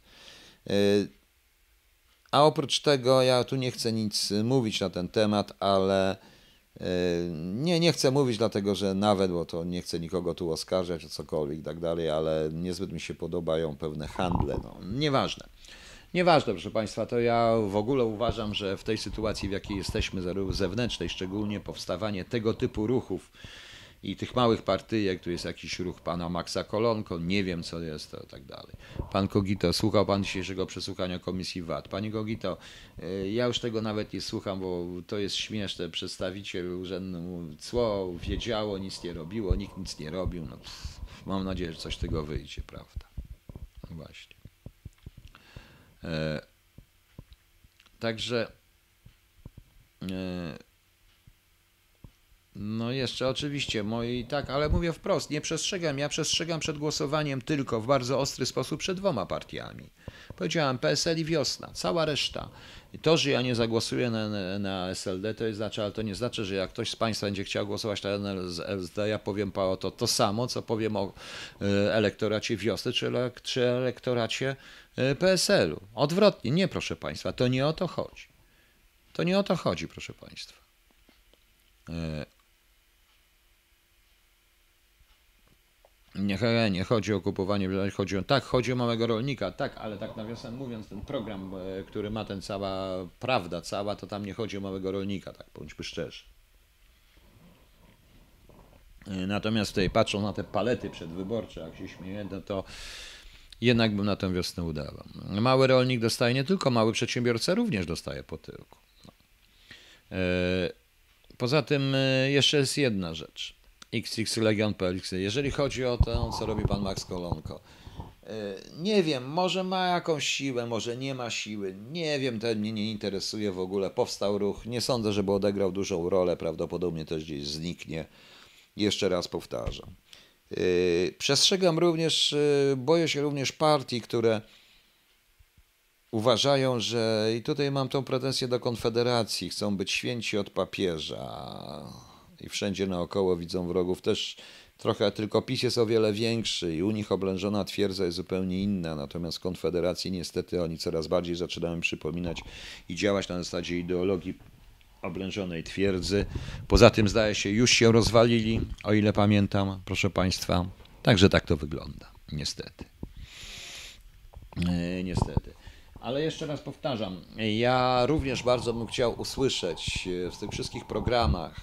A oprócz tego, ja tu nie chcę nic mówić na ten temat, ale nie, nie chcę mówić dlatego, że nawet, bo to nie chcę nikogo tu oskarżać o cokolwiek i tak dalej, ale niezbyt mi się podobają pewne handle, no, nieważne. Nieważne, proszę Państwa, to ja w ogóle uważam, że w tej sytuacji, w jakiej jesteśmy, zewnętrznej, szczególnie powstawanie tego typu ruchów i tych małych partyjek, tu jest jakiś ruch pana Maxa Kolonko, nie wiem co jest to i tak dalej. Pan Kogito, słuchał pan dzisiejszego przesłuchania Komisji V A T. Panie Kogito, ja już tego nawet nie słucham, bo to jest śmieszne. Przedstawiciel urzędu cło wiedziało, nic nie robiło, nikt nic nie robił. No, pff, mam nadzieję, że coś z tego wyjdzie, prawda? No właśnie. E, także No jeszcze oczywiście, moi tak, ale mówię wprost, nie przestrzegam, ja przestrzegam przed głosowaniem tylko w bardzo ostry sposób przed dwoma partiami. Powiedziałem P S L i Wiosna, cała reszta. I to, że ja nie zagłosuję na, na, na S L D, to jest znaczy, ale to nie znaczy, że jak ktoś z Państwa będzie chciał głosować na N L D, ja powiem to, to samo, co powiem o e, elektoracie Wiosny czy, elek, czy elektoracie e, P S L u. Odwrotnie, nie proszę Państwa, to nie o to chodzi. To nie o to chodzi, proszę Państwa. E, Nie, nie chodzi o kupowanie, chodzi o, tak, chodzi o małego rolnika, tak, ale tak nawiasem mówiąc, ten program, e, który ma ten cała prawda, cała, to tam nie chodzi o małego rolnika, tak, bądźmy szczerzy. E, Natomiast tutaj patrząc na te palety przedwyborcze, jak się śmieje, no to jednak bym na tę wiosnę udawał. Mały rolnik dostaje nie tylko, mały przedsiębiorca również dostaje po tyłku. E, Poza tym e, jeszcze jest jedna rzecz. X X Legion P L X. Jeżeli chodzi o to, co robi pan Max Kolonko, nie wiem, może ma jakąś siłę, może nie ma siły, nie wiem, to mnie nie interesuje w ogóle. Powstał ruch, nie sądzę, żeby odegrał dużą rolę, prawdopodobnie też gdzieś zniknie. Jeszcze raz powtarzam. Przestrzegam również, boję się również partii, które uważają, że i tutaj mam tą pretensję do Konfederacji, chcą być święci od papieża i wszędzie naokoło widzą wrogów. Też trochę, tylko PiS jest o wiele większy i u nich oblężona twierdza jest zupełnie inna, natomiast w Konfederacji niestety oni coraz bardziej zaczynają przypominać i działać na zasadzie ideologii oblężonej twierdzy. Poza tym zdaje się, już się rozwalili, o ile pamiętam, proszę Państwa. Także tak to wygląda, niestety. E, niestety. Ale jeszcze raz powtarzam, ja również bardzo bym chciał usłyszeć w tych wszystkich programach,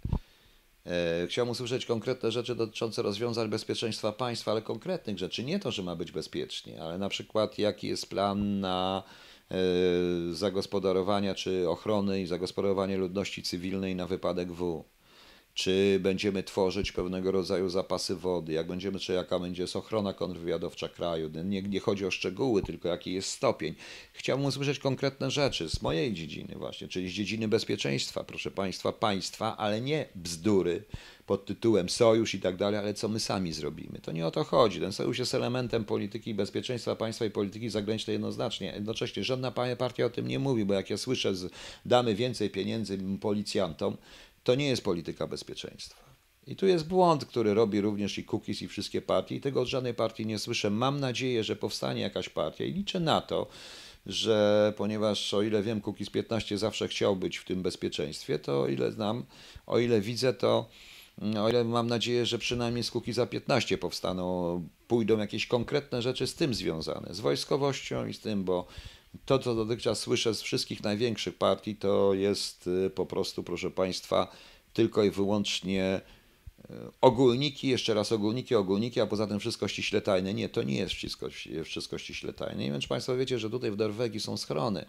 e, chciałbym usłyszeć konkretne rzeczy dotyczące rozwiązań bezpieczeństwa państwa, ale konkretnych rzeczy. Nie to, że ma być bezpiecznie, ale na przykład jaki jest plan na e, zagospodarowania czy ochrony i zagospodarowanie ludności cywilnej na wypadek W. Czy będziemy tworzyć pewnego rodzaju zapasy wody, jak będziemy, czy jaka będzie jest ochrona kontrwywiadowcza kraju. Nie, nie chodzi o szczegóły, tylko jaki jest stopień. Chciałbym usłyszeć konkretne rzeczy z mojej dziedziny właśnie, czyli z dziedziny bezpieczeństwa, proszę Państwa, państwa, ale nie bzdury pod tytułem sojusz i tak dalej, ale co my sami zrobimy. To nie o to chodzi. Ten sojusz jest elementem polityki bezpieczeństwa państwa i polityki zagranicznej jednoznacznie. Jednocześnie żadna partia o tym nie mówi, bo jak ja słyszę, z, damy więcej pieniędzy policjantom, to nie jest polityka bezpieczeństwa. I tu jest błąd, który robi również i Kukiz, i wszystkie partie. I tego od żadnej partii nie słyszę. Mam nadzieję, że powstanie jakaś partia i liczę na to, że ponieważ o ile wiem, Kukiz piętnaście zawsze chciał być w tym bezpieczeństwie, to o ile znam, o ile widzę, to o ile mam nadzieję, że przynajmniej z Kukiza piętnaście powstaną, pójdą jakieś konkretne rzeczy z tym związane, z wojskowością i z tym, bo to, co dotychczas słyszę z wszystkich największych partii, to jest po prostu, proszę Państwa, tylko i wyłącznie ogólniki, jeszcze raz ogólniki, ogólniki, a poza tym wszystko ściśle tajne. Nie, to nie jest wszystko, wszystko ściśle tajne. Nie wiem, czy Państwo wiecie, że tutaj w Norwegii są schrony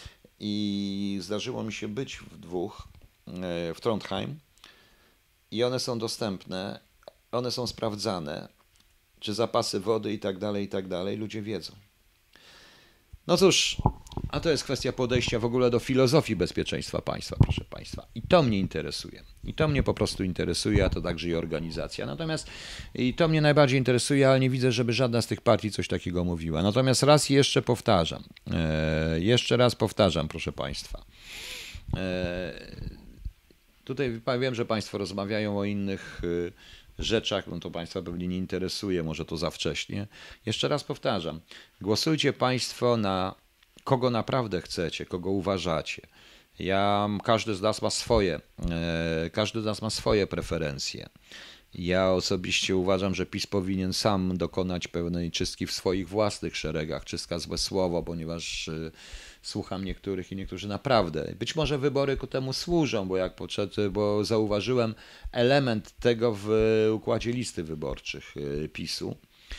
i zdarzyło mi się być w dwóch, w Trondheim i one są dostępne, one są sprawdzane, czy zapasy wody i tak dalej, i tak dalej, ludzie wiedzą. No cóż, a to jest kwestia podejścia w ogóle do filozofii bezpieczeństwa państwa, proszę Państwa. I to mnie interesuje. I to mnie po prostu interesuje, a to także i organizacja. Natomiast i to mnie najbardziej interesuje, ale nie widzę, żeby żadna z tych partii coś takiego mówiła. Natomiast raz jeszcze powtarzam, e, jeszcze raz powtarzam, proszę Państwa. E, tutaj wiem, że Państwo rozmawiają o innych rzeczach, no to Państwa pewnie nie interesuje, może to za wcześnie. Jeszcze raz powtarzam, głosujcie Państwo na kogo naprawdę chcecie, kogo uważacie. Ja, każdy z nas ma swoje, e, każdy z nas ma swoje preferencje. Ja osobiście uważam, że PiS powinien sam dokonać pewnej czystki w swoich własnych szeregach, czystka złe słowo, ponieważ y, słucham niektórych i niektórzy naprawdę. Być może wybory ku temu służą, bo jak podszedł, bo zauważyłem element tego w układzie listy wyborczych y, PiSu.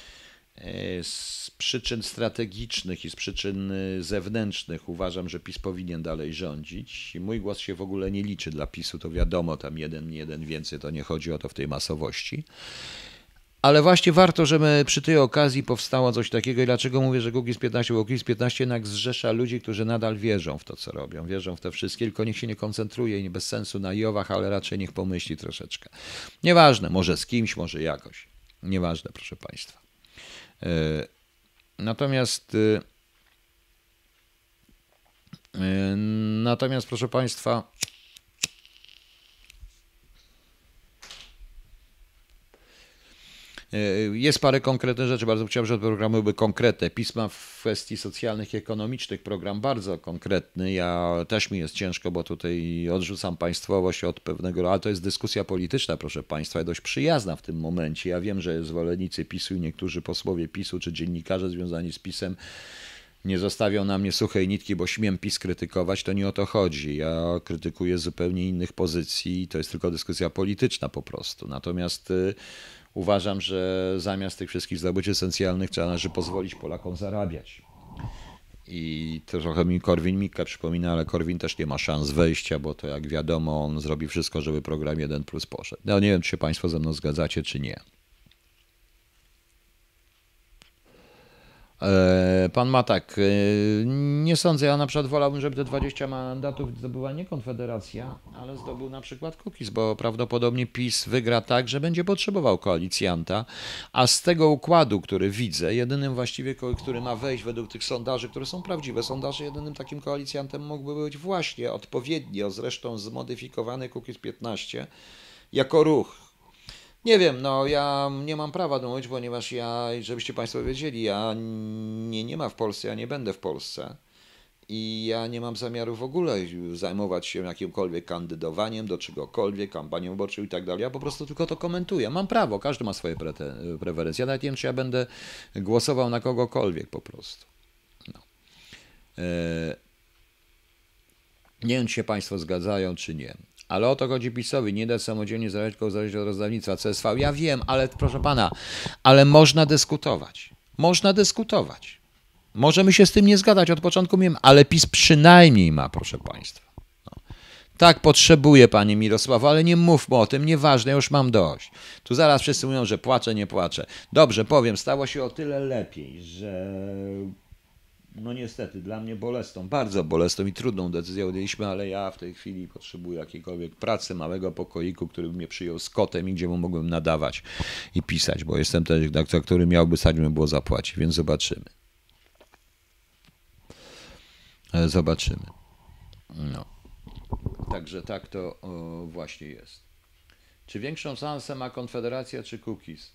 Z przyczyn strategicznych i z przyczyn zewnętrznych uważam, że PiS powinien dalej rządzić. I mój głos się w ogóle nie liczy dla PiSu, to wiadomo, tam jeden, nie jeden więcej, to nie chodzi o to w tej masowości. Ale właśnie warto, żeby przy tej okazji powstało coś takiego. I dlaczego mówię, że Kukiz piętnaście? Bo Kukiz piętnaście jednak zrzesza ludzi, którzy nadal wierzą w to, co robią. Wierzą w te wszystkie, tylko niech się nie koncentruje, nie bez sensu na Jowach, ale raczej niech pomyśli troszeczkę. Nieważne, może z kimś, może jakoś. Nieważne, proszę Państwa. Yy, Natomiast, yy, yy, natomiast, proszę Państwa, jest parę konkretnych rzeczy. Bardzo chciałbym, żeby program byłby konkretny. Pisma w kwestii socjalnych i ekonomicznych. Program bardzo konkretny. Ja też mi jest ciężko, bo tutaj odrzucam państwowość od pewnego, ale to jest dyskusja polityczna, proszę Państwa, dość przyjazna w tym momencie. Ja wiem, że zwolennicy PiSu i niektórzy posłowie PiSu czy dziennikarze związani z PiSem nie zostawią na mnie suchej nitki, bo śmiem PiS krytykować, to nie o to chodzi. Ja krytykuję zupełnie innych pozycji i to jest tylko dyskusja polityczna po prostu. Natomiast y, uważam, że zamiast tych wszystkich zdobyczy esencjalnych trzeba należy pozwolić Polakom zarabiać. I to trochę mi Korwin Mikke przypomina, ale Korwin też nie ma szans wejścia, bo to jak wiadomo, on zrobi wszystko, żeby program jeden plus poszedł. No nie wiem, czy się Państwo ze mną zgadzacie, czy nie. Pan ma tak, nie sądzę, ja na przykład wolałbym, żeby te dwadzieścia mandatów zdobyła nie Konfederacja, ale zdobył na przykład Kukiz, bo prawdopodobnie PiS wygra tak, że będzie potrzebował koalicjanta, a z tego układu, który widzę, jedynym właściwie, który ma wejść według tych sondaży, które są prawdziwe sondaże, jedynym takim koalicjantem mógłby być właśnie odpowiednio zresztą zmodyfikowany Kukiz piętnaście jako ruch. Nie wiem, no ja nie mam prawa to mówić, ponieważ ja, żebyście Państwo wiedzieli, ja nie, nie ma w Polsce, ja nie będę w Polsce i ja nie mam zamiaru w ogóle zajmować się jakimkolwiek kandydowaniem do czegokolwiek, kampanią wyborczą i tak dalej. Ja po prostu tylko to komentuję. Mam prawo, każdy ma swoje prete- preferencje. Ja nawet nie wiem, czy ja będę głosował na kogokolwiek po prostu. No. E- nie wiem, czy się Państwo zgadzają, czy nie. Ale o to chodzi PiSowi, nie dać samodzielnie zarabiać, tylko zależeć od rozdawnictwa C S V. Ja wiem, ale proszę pana, ale można dyskutować. Można dyskutować. Możemy się z tym nie zgadzać, od początku wiem, ale PiS przynajmniej ma, proszę państwa. No. Tak, potrzebuje panie Mirosław, ale nie mówmy o tym, nieważne, już mam dość. Tu zaraz wszyscy mówią, że płaczę, nie płaczę. Dobrze, powiem, stało się o tyle lepiej, że... No niestety, dla mnie bolesną, bardzo bolesną i trudną decyzję podjęliśmy, ale ja w tej chwili potrzebuję jakiejkolwiek pracy, małego pokoiku, który by mnie przyjął z kotem i gdzie mu mogłem nadawać i pisać, bo jestem ten redaktor, który miałby stać, by było zapłacić, więc zobaczymy. Zobaczymy. No. Także tak to o, właśnie jest. Czy większą szansę ma Konfederacja czy Kukiz?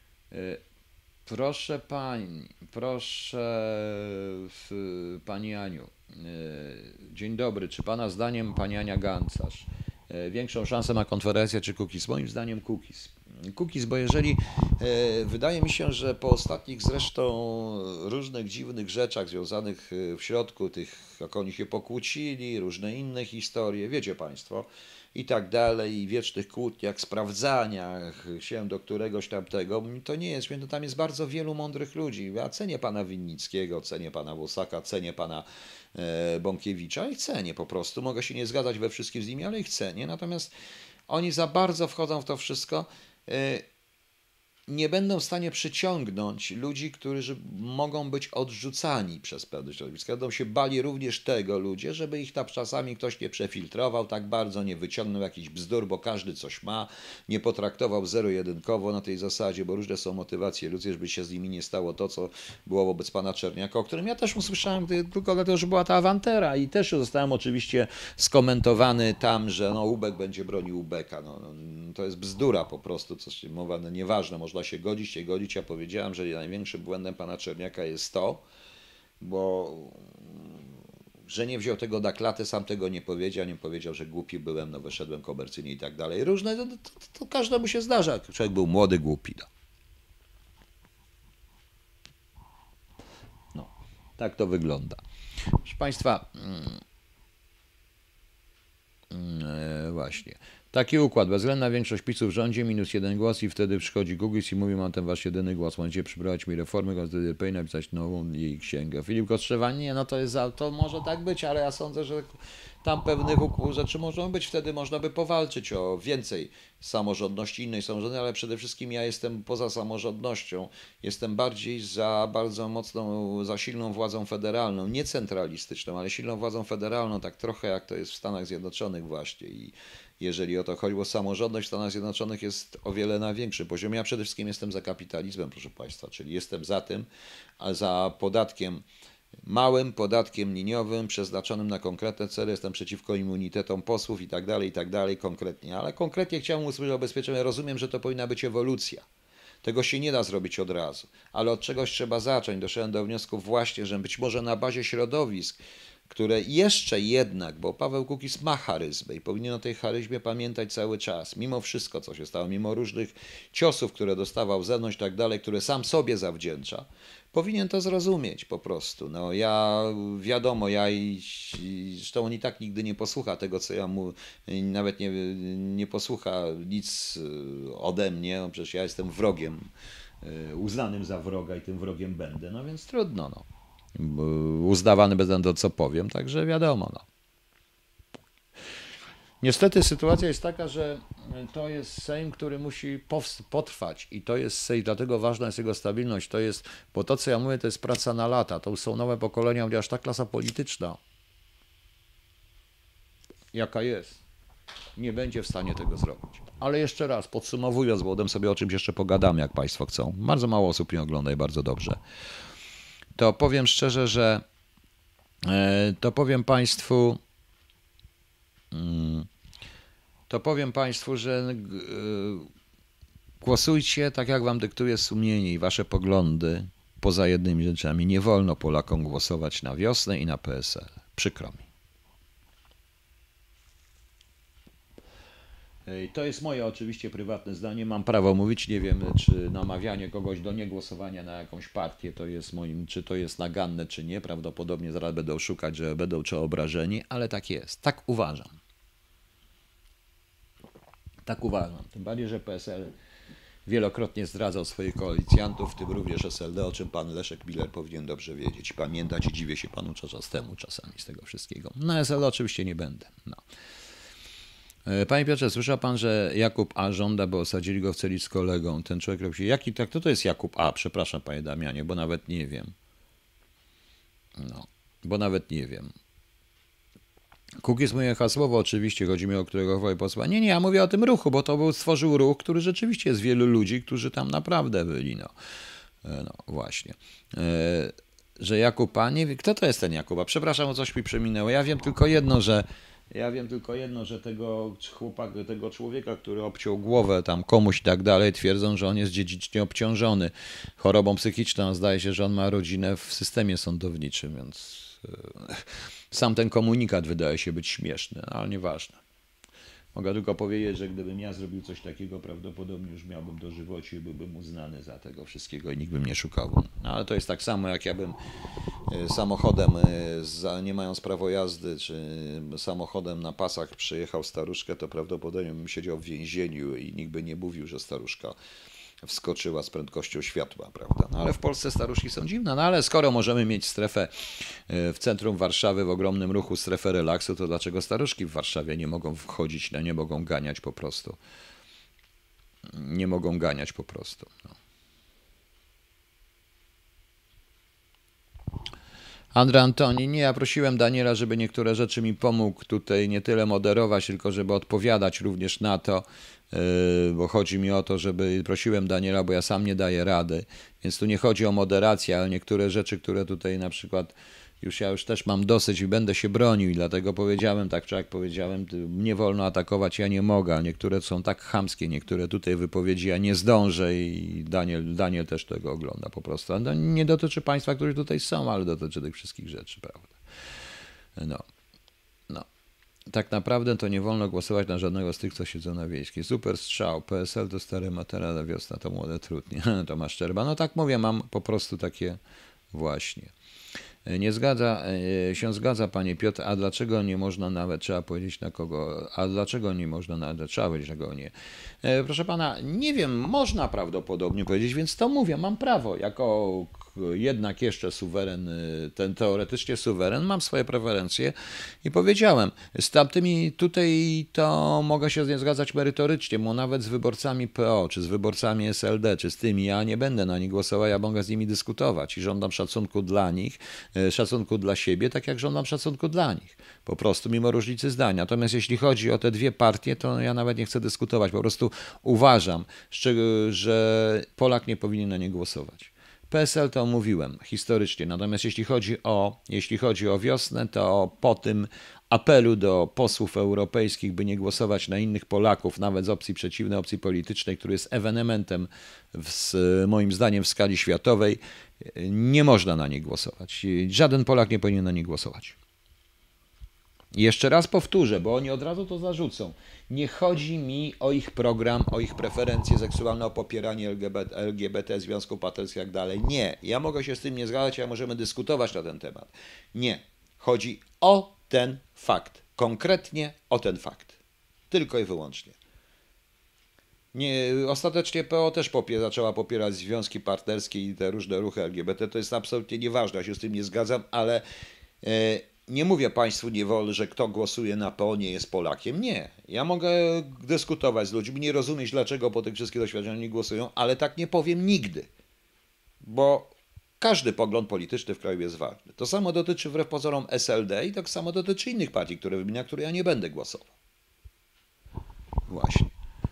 Proszę pani, proszę pani Aniu, dzień dobry. Czy pana zdaniem, pani Ania Gancarz, większą szansę ma Konfederacja czy Kukiz? Moim zdaniem Kukiz. Kukiz, bo jeżeli wydaje mi się, że po ostatnich zresztą różnych dziwnych rzeczach związanych w środku tych, jak oni się pokłócili, różne inne historie, wiecie państwo, i tak dalej, i wiecznych kłótniach, sprawdzaniach się do któregoś tamtego, to nie jest, to tam jest bardzo wielu mądrych ludzi. Ja cenię pana Winnickiego, cenię pana Wosaka, cenię pana e, Bąkiewicza i cenię po prostu. Mogę się nie zgadzać we wszystkim z nimi, ale ich cenię. Natomiast oni za bardzo wchodzą w to wszystko. E, nie będą w stanie przyciągnąć ludzi, którzy mogą być odrzucani przez pewne środowiska. Będą się bali również tego ludzie, żeby ich tam czasami ktoś nie przefiltrował tak bardzo, nie wyciągnął jakiś bzdur, bo każdy coś ma, nie potraktował zero-jedynkowo na tej zasadzie, bo różne są motywacje ludzkie, żeby się z nimi nie stało to, co było wobec pana Czerniaka, o którym ja też usłyszałem tylko dlatego, że była ta awantera i też zostałem oczywiście skomentowany tam, że no Ubek będzie bronił Ubeka. No, no, to jest bzdura po prostu, coś mowa, no, nieważne, można się godzić, się godzić. Ja powiedziałem, że największym błędem pana Czerniaka jest to, bo że nie wziął tego na klatę, sam tego nie powiedział, nie powiedział, że głupi byłem, no wyszedłem komercyjnie i tak dalej. Różne, to, to, to każdemu się zdarza. Człowiek był młody, głupi. No. No, tak to wygląda. Proszę państwa, mm, mm, właśnie. Taki układ, bezwzględna większość PiSu w rządzie, minus jeden głos i wtedy przychodzi Google i mówi, mam ten wasz jedyny głos, możecie przybrać mi reformy, konstytucyjnej, napisać nową jej księgę. Filip Kostrzewa, nie, no to jest, za, to może tak być, ale ja sądzę, że tam pewnych rzeczy mogą być, wtedy można by powalczyć o więcej samorządności, innej samorządności, ale przede wszystkim ja jestem poza samorządnością, jestem bardziej za bardzo mocną, za silną władzą federalną, nie centralistyczną, ale silną władzą federalną, tak trochę jak to jest w Stanach Zjednoczonych właśnie i jeżeli o to chodzi, bo samorządność w Stanach Zjednoczonych jest o wiele na większym poziomie. Ja przede wszystkim jestem za kapitalizmem, proszę Państwa, czyli jestem za tym, a za podatkiem, małym podatkiem liniowym, przeznaczonym na konkretne cele, jestem przeciwko immunitetom posłów i tak dalej, i tak dalej, konkretnie. Ale konkretnie chciałbym usłyszeć o bezpieczeństwie. Rozumiem, że to powinna być ewolucja. Tego się nie da zrobić od razu, ale od czegoś trzeba zacząć. Doszedłem do wniosku właśnie, że być może na bazie środowisk, które jeszcze jednak, bo Paweł Kukiz ma charyzmę i powinien o tej charyzmie pamiętać cały czas, mimo wszystko, co się stało, mimo różnych ciosów, które dostawał z zewnątrz i tak dalej, które sam sobie zawdzięcza, powinien to zrozumieć po prostu. No ja, wiadomo, ja i, i zresztą on i tak nigdy nie posłucha tego, co ja mu, nawet nie, nie posłucha nic ode mnie, no przecież ja jestem wrogiem, uznanym za wroga i tym wrogiem będę, no więc trudno, no. Uznawany bez względu co powiem, także wiadomo. No. Niestety sytuacja jest taka, że to jest Sejm, który musi potrwać i to jest Sejm, dlatego ważna jest jego stabilność. To jest, bo to co ja mówię, to jest praca na lata, to są nowe pokolenia, chociaż ta klasa polityczna, jaka jest, nie będzie w stanie tego zrobić. Ale jeszcze raz, podsumowując, bo potem sobie o czymś jeszcze pogadamy, jak Państwo chcą. Bardzo mało osób mnie ogląda i bardzo dobrze. To powiem szczerze, że to powiem Państwu, to powiem Państwu, że głosujcie tak, jak Wam dyktuje sumienie i Wasze poglądy, poza jednymi rzeczami. Nie wolno Polakom głosować na Wiosnę i na P S L. Przykro mi. To jest moje oczywiście prywatne zdanie, mam prawo mówić, nie wiem, czy namawianie kogoś do niegłosowania na jakąś partię to jest moim, czy to jest naganne, czy nie, prawdopodobnie zaraz będą szukać, że będą czy obrażeni, ale tak jest, tak uważam. Tak uważam, tym bardziej, że P S L wielokrotnie zdradzał swoich koalicjantów, w tym również S L D, o czym pan Leszek Miller powinien dobrze wiedzieć, pamiętać i dziwię się panu Czarzastemu czasami z tego wszystkiego. Na S L D oczywiście nie będę, no. Panie Piotrze, słyszał pan, że Jakub A. żąda, by osadzili go w celi z kolegą. Ten człowiek robi się... Jaki tak? Kto to jest Jakub A? Przepraszam, panie Damianie, bo nawet nie wiem. No, bo nawet nie wiem. Kukiz moje hasłowo, oczywiście, chodzi mi o którego chwali posła. Nie, nie, ja mówię o tym ruchu, bo to był, stworzył ruch, który rzeczywiście jest wielu ludzi, którzy tam naprawdę byli, no. No, właśnie. Że Jakub A, nie wiem, kto to jest ten Jakub A? Przepraszam, o coś mi przeminęło. Ja wiem tylko jedno, że Ja wiem tylko jedno, że tego chłopaka, tego człowieka, który obciął głowę tam komuś i tak dalej, twierdzą, że on jest dziedzicznie obciążony chorobą psychiczną. Zdaje się, że on ma rodzinę w systemie sądowniczym, więc sam ten komunikat wydaje się być śmieszny, ale nieważne. Mogę tylko powiedzieć, że gdybym ja zrobił coś takiego, prawdopodobnie już miałbym dożywocie i byłbym uznany za tego wszystkiego i nikt by mnie szukał. No, ale to jest tak samo, jak ja bym samochodem, nie mając prawa jazdy, czy samochodem na pasach przyjechał staruszkę, to prawdopodobnie bym siedział w więzieniu i nikt by nie mówił, że staruszka wskoczyła z prędkością światła, prawda? No ale w Polsce staruszki są dziwne, no ale skoro możemy mieć strefę w centrum Warszawy w ogromnym ruchu, strefę relaksu, to dlaczego staruszki w Warszawie nie mogą wchodzić, no nie mogą ganiać po prostu. Nie mogą ganiać po prostu. No. Andrzej Antoni, nie, ja prosiłem Daniela, żeby niektóre rzeczy mi pomógł tutaj nie tyle moderować, tylko żeby odpowiadać również na to, bo chodzi mi o to, żeby prosiłem Daniela, bo ja sam nie daję rady, więc tu nie chodzi o moderację, ale niektóre rzeczy, które tutaj na przykład już ja już też mam dosyć i będę się bronił i dlatego powiedziałem tak, czy jak powiedziałem, nie wolno atakować, ja nie mogę, a niektóre są tak chamskie, niektóre tutaj wypowiedzi, ja nie zdążę i Daniel, Daniel też tego ogląda po prostu. A to nie dotyczy państwa, którzy tutaj są, ale dotyczy tych wszystkich rzeczy, prawda? No, no. Tak naprawdę to nie wolno głosować na żadnego z tych, co siedzą na Wiejskiej. Super strzał, P S L to stare matera, na Wiosna to młode trudnie. Tomasz Szczerba, no tak mówię, mam po prostu takie właśnie. Nie zgadza się, zgadza panie Piotr, a dlaczego nie można nawet, trzeba powiedzieć na kogo, a dlaczego nie można nawet, trzeba powiedzieć na kogo nie. Proszę pana, nie wiem, można prawdopodobnie powiedzieć, więc to mówię, mam prawo, jako jednak jeszcze suweren, ten teoretycznie suweren, mam swoje preferencje i powiedziałem, z tamtymi tutaj to mogę się nie zgadzać merytorycznie, bo nawet z wyborcami P O, czy z wyborcami S L D, czy z tymi, ja nie będę na nich głosował, ja mogę z nimi dyskutować i żądam szacunku dla nich, szacunku dla siebie, tak jak żądam szacunku dla nich, po prostu mimo różnicy zdań. Natomiast jeśli chodzi o te dwie partie, to ja nawet nie chcę dyskutować, po prostu uważam, że Polak nie powinien na nie głosować. P S L to omówiłem historycznie, natomiast jeśli chodzi o, jeśli chodzi o wiosnę, to po tym apelu do posłów europejskich, by nie głosować na innych Polaków, nawet z opcji przeciwnej, opcji politycznej, który jest ewenementem w, moim zdaniem w skali światowej, nie można na nich głosować. Żaden Polak nie powinien na nich głosować. Jeszcze raz powtórzę, bo oni od razu to zarzucą. Nie chodzi mi o ich program, o ich preferencje seksualne, o popieranie L G B T, L G B T związków partnerskich i tak dalej. Nie. Ja mogę się z tym nie zgadzać, a możemy dyskutować na ten temat. Nie. Chodzi o ten fakt. Konkretnie o ten fakt. Tylko i wyłącznie. Nie, ostatecznie P O też popier zaczęła popierać związki partnerskie i te różne ruchy L G B T. To jest absolutnie nieważne. Ja się z tym nie zgadzam, ale... Yy, Nie mówię Państwu niewolę, że kto głosuje na P O nie jest Polakiem. Nie. Ja mogę dyskutować z ludźmi, nie rozumieć dlaczego po tych wszystkich doświadczeniach nie głosują, ale tak nie powiem nigdy. Bo każdy pogląd polityczny w kraju jest ważny. To samo dotyczy wbrew pozorom S L D i tak samo dotyczy innych partii, które wymienia, które ja nie będę głosował. Właśnie.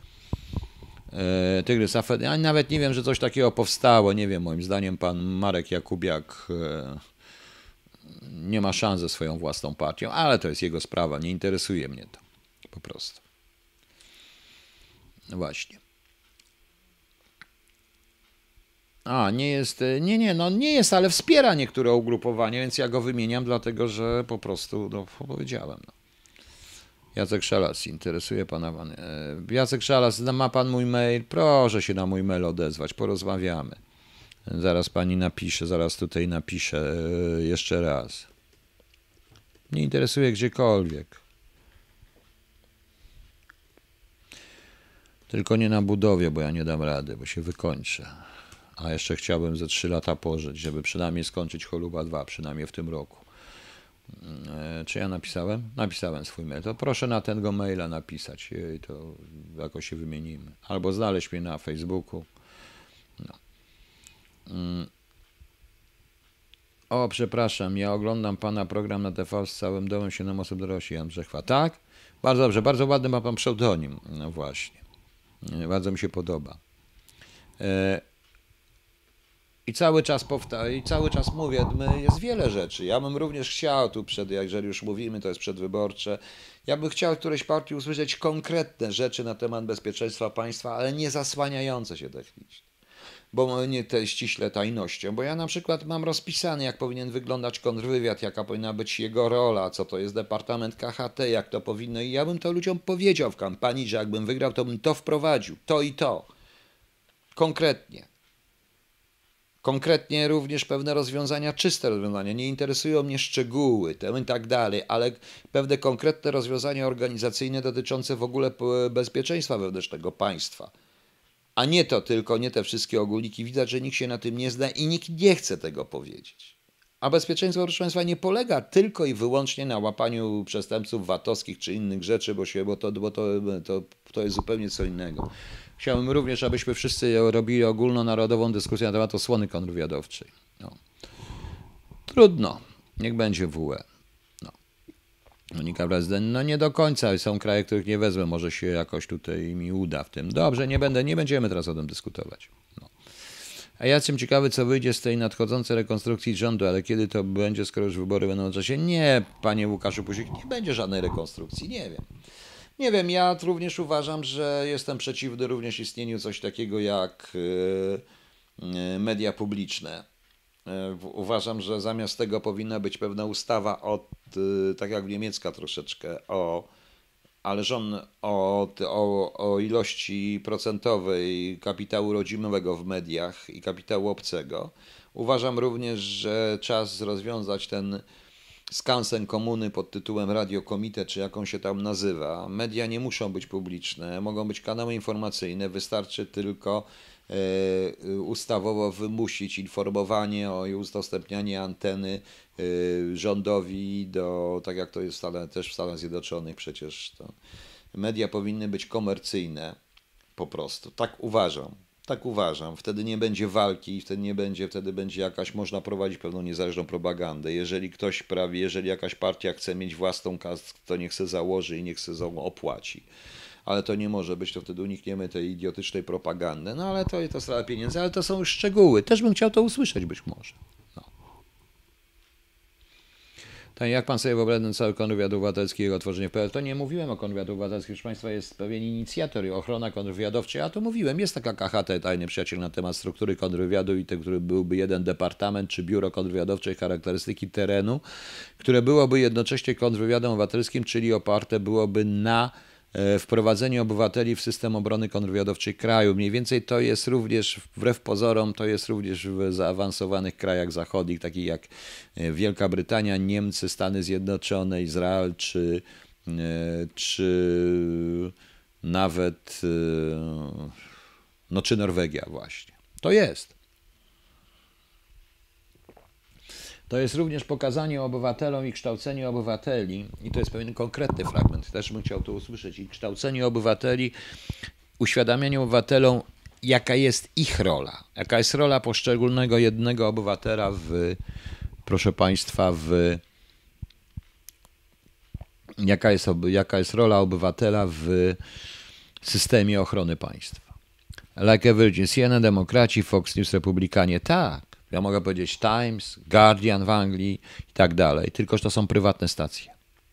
Tygrys, ja nawet nie wiem, że coś takiego powstało. Nie wiem, moim zdaniem pan Marek Jakubiak nie ma szans ze swoją własną partią, ale to jest jego sprawa, nie interesuje mnie to, po prostu. Właśnie. A, nie jest, nie, nie, no nie jest, ale wspiera niektóre ugrupowania, więc ja go wymieniam, dlatego że po prostu, no powiedziałem. No. Jacek Szalas, interesuje pana pan. Jacek Szalas, ma pan mój mail? Proszę się na mój mail odezwać, porozmawiamy. Zaraz pani napisze, zaraz tutaj napiszę jeszcze raz. Mnie interesuje gdziekolwiek. Tylko nie na budowie, bo ja nie dam rady, bo się wykończę. A jeszcze chciałbym ze trzy lata pożyć, żeby przynajmniej skończyć Choluba dwa, przynajmniej w tym roku. Czy ja napisałem? Napisałem swój mail. To proszę na tego maila napisać i to jakoś się wymienimy. Albo znaleźć mnie na Facebooku. No. O, przepraszam, ja oglądam pana program na T V z całym domem siedem osób dorośli, Jan Brzechwa. Tak? Bardzo dobrze, bardzo ładny ma pan pseudonim. No właśnie. Bardzo mi się podoba. I cały czas powtarzam, i cały czas mówię, jest wiele rzeczy. Ja bym również chciał tu, przed, jeżeli już mówimy, to jest przedwyborcze, ja bym chciał którejś partii usłyszeć konkretne rzeczy na temat bezpieczeństwa państwa, ale nie zasłaniające się technicznie. Bo nie te ściśle tajnością, bo ja na przykład mam rozpisane, jak powinien wyglądać kontrwywiad, jaka powinna być jego rola, co to jest Departament K H T, jak to powinno i ja bym to ludziom powiedział w kampanii, że jakbym wygrał, to bym to wprowadził, to i to. Konkretnie. Konkretnie również pewne rozwiązania, czyste rozwiązania, nie interesują mnie szczegóły i tak dalej, ale pewne konkretne rozwiązania organizacyjne dotyczące w ogóle bezpieczeństwa wewnętrznego państwa. A nie to tylko, nie te wszystkie ogólniki. Widać, że nikt się na tym nie zna i nikt nie chce tego powiedzieć. A bezpieczeństwo, proszę Państwa, nie polega tylko i wyłącznie na łapaniu przestępców VAT-owskich czy innych rzeczy, bo, się, bo, to, bo to, to, to jest zupełnie co innego. Chciałbym również, abyśmy wszyscy robili ogólnonarodową dyskusję na temat osłony kontrwywiadowczej. No. Trudno. Niech będzie W E. No. Monika Prezydent, no nie do końca. Są kraje, których nie wezmę. Może się jakoś tutaj mi uda w tym. Dobrze, nie będę, nie będziemy teraz o tym dyskutować. No. A ja jestem ciekawy, co wyjdzie z tej nadchodzącej rekonstrukcji rządu, ale kiedy to będzie, skoro już wybory będą w czasie? Nie, panie Łukaszu Pusik, nie będzie żadnej rekonstrukcji, nie wiem. Nie wiem, ja również uważam, że jestem przeciwny również istnieniu coś takiego jak media publiczne. Uważam, że zamiast tego powinna być pewna ustawa od, tak jak niemiecka troszeczkę, o, ale żon, o, o, o ilości procentowej kapitału rodzimowego w mediach i kapitału obcego. Uważam również, że czas rozwiązać ten skansen komuny pod tytułem Radio Komitet, czy jak on się tam nazywa. Media nie muszą być publiczne, mogą być kanały informacyjne, wystarczy tylko e, ustawowo wymusić informowanie o i udostępnianie anteny e, rządowi, do, tak jak to jest w Stanach, też w Stanach Zjednoczonych przecież. To media powinny być komercyjne po prostu. Tak uważam. Tak uważam. Wtedy nie będzie walki, wtedy nie będzie, wtedy będzie jakaś, można prowadzić pewną niezależną propagandę. Jeżeli ktoś prawie, jeżeli jakaś partia chce mieć własną kasę, to niech se założy i niech se ją opłaci. Ale to nie może być, to wtedy unikniemy tej idiotycznej propagandy. No ale to, to sprawa pieniędzy, ale to są już szczegóły. Też bym chciał to usłyszeć być może. No. To jak pan sobie wyobraża ten cały kontrwywiad obywatelski i jego tworzenie w P R L? To nie mówiłem o kontrwywiadu obywatelskim, proszę państwa, jest pewien inicjator i ochrona kontrwywiadowcza. Ja to mówiłem, jest taka K H T, tajny przyjaciel na temat struktury kontrwywiadu i te, który byłby jeden departament czy biuro kontrwywiadowcze i charakterystyki terenu, które byłoby jednocześnie kontrwywiadem obywatelskim, czyli oparte byłoby na wprowadzenie obywateli w system obrony kontrwywiadowczej kraju. Mniej więcej to jest również, wbrew pozorom, to jest również w zaawansowanych krajach zachodnich, takich jak Wielka Brytania, Niemcy, Stany Zjednoczone, Izrael, czy, czy nawet no, czy Norwegia właśnie. To jest. To jest również pokazanie obywatelom i kształcenie obywateli, i to jest pewien konkretny fragment, też bym chciał to usłyszeć, i kształcenie obywateli, uświadamianie obywatelom, jaka jest ich rola, jaka jest rola poszczególnego jednego obywatela w, proszę państwa, w, jaka jest, jaka jest rola obywatela w systemie ochrony państwa. Like a Virgin, C N N, Demokraci, Fox News, Republikanie, tak. Ja mogę powiedzieć Times, Guardian w Anglii i tak dalej. Tylko, że to są prywatne stacje.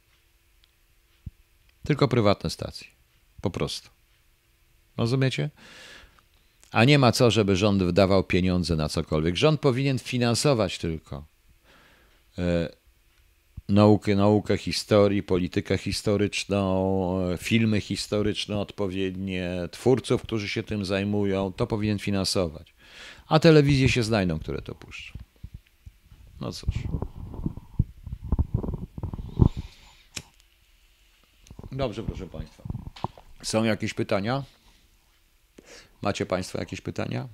Tylko prywatne stacje. Po prostu. Rozumiecie? A nie ma co, żeby rząd wydawał pieniądze na cokolwiek. Rząd powinien finansować tylko e, naukę, naukę historii, politykę historyczną, filmy historyczne odpowiednie, twórców, którzy się tym zajmują. To powinien finansować. A telewizje się znajdą, które to puszczą. No cóż. Dobrze, proszę państwa. Są jakieś pytania? Macie państwo jakieś pytania?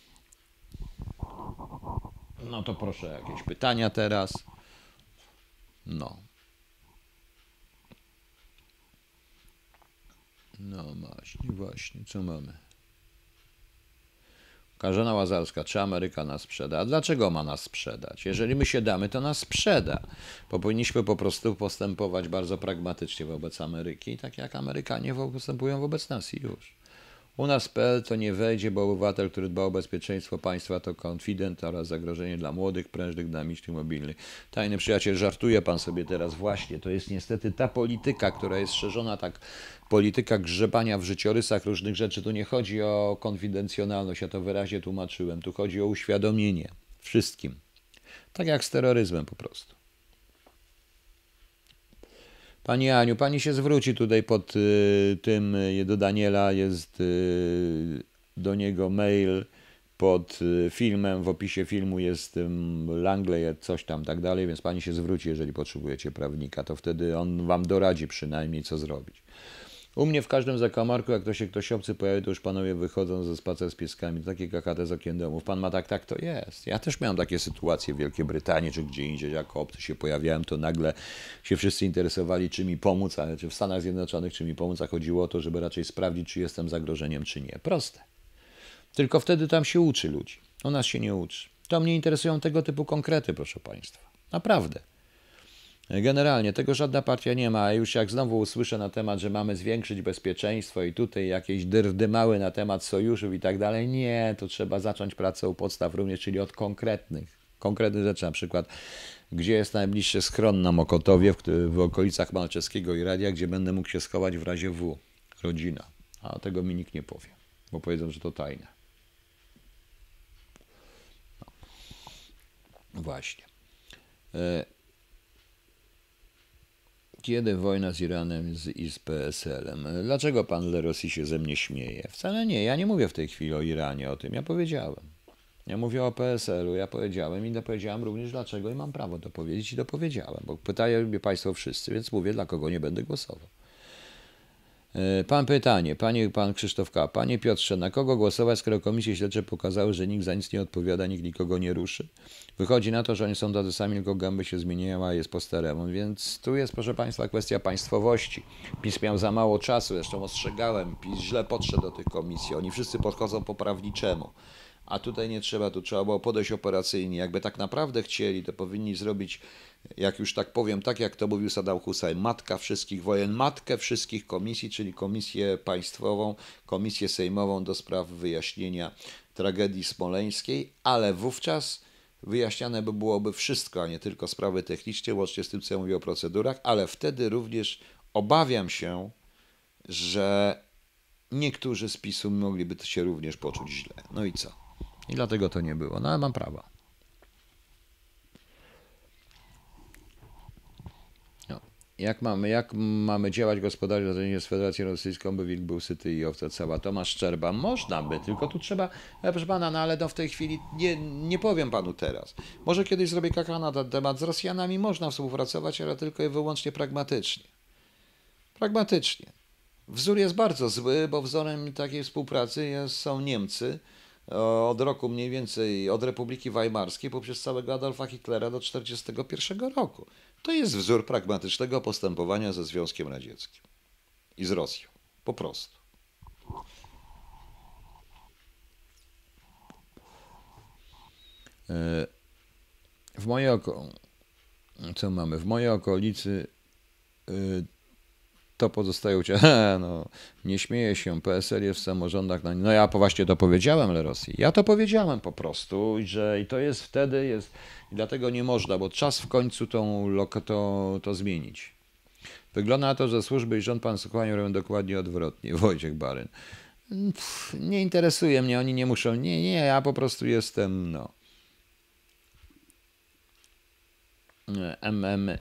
No to proszę, jakieś pytania teraz. No. No właśnie, właśnie, co mamy? Karzena Łazarska, czy Ameryka nas sprzeda? A dlaczego ma nas sprzedać? Jeżeli my się damy, to nas sprzeda. Bo powinniśmy po prostu postępować bardzo pragmatycznie wobec Ameryki, tak jak Amerykanie postępują wobec nas i już. U nas P L to nie wejdzie, bo obywatel, który dba o bezpieczeństwo państwa, to konfident oraz zagrożenie dla młodych, prężnych, dynamicznych, mobilnych. Tajny przyjaciel, żartuje pan sobie teraz właśnie. To jest niestety ta polityka, która jest szerzona, tak polityka grzebania w życiorysach różnych rzeczy. Tu nie chodzi o konfidencjonalność, ja to wyraźnie tłumaczyłem. Tu chodzi o uświadomienie wszystkim. Tak jak z terroryzmem po prostu. Pani Aniu, pani się zwróci tutaj pod y, tym, y, do Daniela jest y, do niego mail pod y, filmem, w opisie filmu jest y, Langley, coś tam, tak dalej, więc pani się zwróci, jeżeli potrzebujecie prawnika, to wtedy on wam doradzi przynajmniej, co zrobić. U mnie w każdym zakamarku, jak to się ktoś obcy pojawi, to już panowie wychodzą ze spacer z pieskami. Takie K H T z okien domów. Pan ma tak, tak to jest. Ja też miałem takie sytuacje w Wielkiej Brytanii, czy gdzie indziej, jako obcy się pojawiałem, to nagle się wszyscy interesowali, czy mi pomóc, ale czy w Stanach Zjednoczonych, czy mi pomóc, a chodziło o to, żeby raczej sprawdzić, czy jestem zagrożeniem, czy nie. Proste. Tylko wtedy tam się uczy ludzi. U nas się nie uczy. To mnie interesują tego typu konkrety, proszę państwa. Naprawdę. Generalnie tego żadna partia nie ma, a już jak znowu usłyszę na temat, że mamy zwiększyć bezpieczeństwo i tutaj jakieś dyrdymały na temat sojuszów i tak dalej, nie, to trzeba zacząć pracę u podstaw również, czyli od konkretnych, konkretnych rzeczy, na przykład gdzie jest najbliższy schron na Mokotowie, w, w okolicach Malczewskiego i Radia, gdzie będę mógł się schować w razie W, rodzina, a tego mi nikt nie powie, bo powiedzą, że to tajne. No. Właśnie. E Kiedy wojna z Iranem z, i z P S L-em? Dlaczego pan Le Rossi się ze mnie śmieje? Wcale nie, ja nie mówię w tej chwili o Iranie, o tym ja powiedziałem. Ja mówię o P S L-u, ja powiedziałem i dopowiedziałem również dlaczego i mam prawo to powiedzieć i dopowiedziałem, bo pytają mnie Państwo wszyscy, więc mówię, dla kogo nie będę głosował. Pan pytanie, panie, pan Krzysztof K. Panie Piotrze, na kogo głosować, skoro komisje śledcze pokazały, że nikt za nic nie odpowiada, nikt nikogo nie ruszy? Wychodzi na to, że oni są tacy sami, tylko gęby się zmieniają, a jest po staremu. Więc tu jest, proszę Państwa, kwestia państwowości. PiS miał za mało czasu, zresztą ostrzegałem, PiS źle podszedł do tych komisji. Oni wszyscy podchodzą po prawniczemu. A tutaj nie trzeba, tu trzeba było podejść operacyjnie. Jakby tak naprawdę chcieli, to powinni zrobić, jak już tak powiem, tak jak to mówił Saddam Hussein, matka wszystkich wojen, matkę wszystkich komisji, czyli komisję państwową, komisję sejmową do spraw wyjaśnienia tragedii smoleńskiej, ale wówczas wyjaśniane by byłoby wszystko, a nie tylko sprawy techniczne, łącznie z tym, co ja mówię o procedurach, ale wtedy również obawiam się, że niektórzy z PiS-u mogliby się również poczuć źle. No i co? I dlatego to nie było. No ale mam prawo. No. Jak mamy, jak mamy działać gospodarczo z Federacją Rosyjską, by wilk był syty i owca cała? Tomasz Szczerba. Można by, tylko tu trzeba, proszę pana, no ale no w tej chwili nie, nie powiem panu teraz. Może kiedyś zrobię kaka na ten temat. Z Rosjanami można współpracować, ale tylko i wyłącznie pragmatycznie. Pragmatycznie. Wzór jest bardzo zły, bo wzorem takiej współpracy jest, są Niemcy, od roku mniej więcej, od Republiki Weimarskiej poprzez całego Adolfa Hitlera do tysiąc dziewięćset czterdziestego pierwszego roku. To jest wzór pragmatycznego postępowania ze Związkiem Radzieckim i z Rosją. Po prostu. W mojej oko... Co mamy? W mojej okolicy to pozostają cię. No, nie śmieję się, P S L jest w samorządach. No, no ja właśnie to powiedziałem Le Rosji. Ja to powiedziałem po prostu, że i to jest wtedy, jest, i dlatego nie można, bo czas w końcu tą, to, to zmienić. Wygląda na to, że służby i rząd pan słuchają robią dokładnie odwrotnie. Wojciech Baryn. Pff, nie interesuje mnie, oni nie muszą. Nie, nie, ja po prostu jestem, no. M M.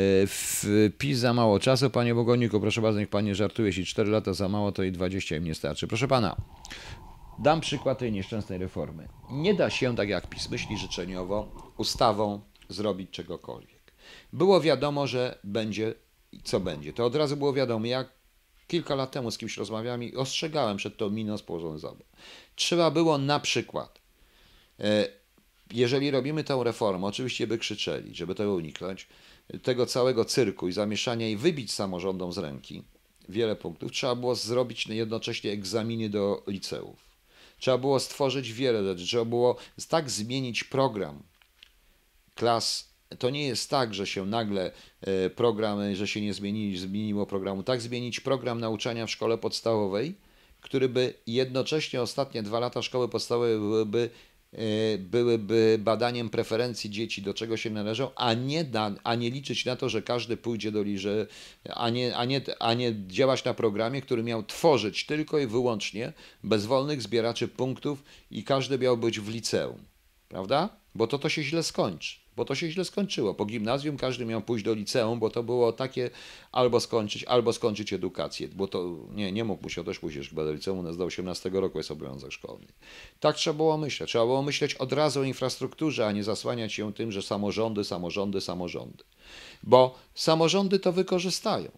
W PiS za mało czasu, panie Bogoniku, proszę bardzo, niech pan nie żartuje, jeśli cztery lata za mało, to i dwadzieścia im nie starczy. Proszę pana, dam przykład tej nieszczęsnej reformy. Nie da się, tak jak PiS myśli życzeniowo, ustawą zrobić czegokolwiek. Było wiadomo, że będzie i co będzie. To od razu było wiadomo. Ja kilka lat temu z kimś rozmawiałem i ostrzegałem przed tą miną z położoną zabą. Trzeba było na przykład... E, Jeżeli robimy tę reformę, oczywiście by krzyczeli, żeby tego uniknąć, tego całego cyrku i zamieszania i wybić samorządom z ręki wiele punktów, trzeba było zrobić jednocześnie egzaminy do liceów. Trzeba było stworzyć wiele rzeczy, trzeba było tak zmienić program klas. To nie jest tak, że się nagle program, że się nie zmieni, zmieniło programu, tak zmienić program nauczania w szkole podstawowej, który by jednocześnie ostatnie dwa lata szkoły podstawowej byłyby byłyby badaniem preferencji dzieci, do czego się należą, a nie, da, a nie liczyć na to, że każdy pójdzie do liże, a nie, a, nie, a nie działać na programie, który miał tworzyć tylko i wyłącznie bezwolnych zbieraczy punktów i każdy miał być w liceum. Prawda? Bo to to się źle skończy. Bo to się źle skończyło. Po gimnazjum każdy miał pójść do liceum, bo to było takie albo skończyć, albo skończyć edukację. Bo to nie, nie mógł musiał też pójść chyba do liceum, u nas do osiemnastego roku jest obowiązek szkolny. Tak trzeba było myśleć. Trzeba było myśleć od razu o infrastrukturze, a nie zasłaniać się tym, że samorządy, samorządy, samorządy. Bo samorządy to wykorzystają.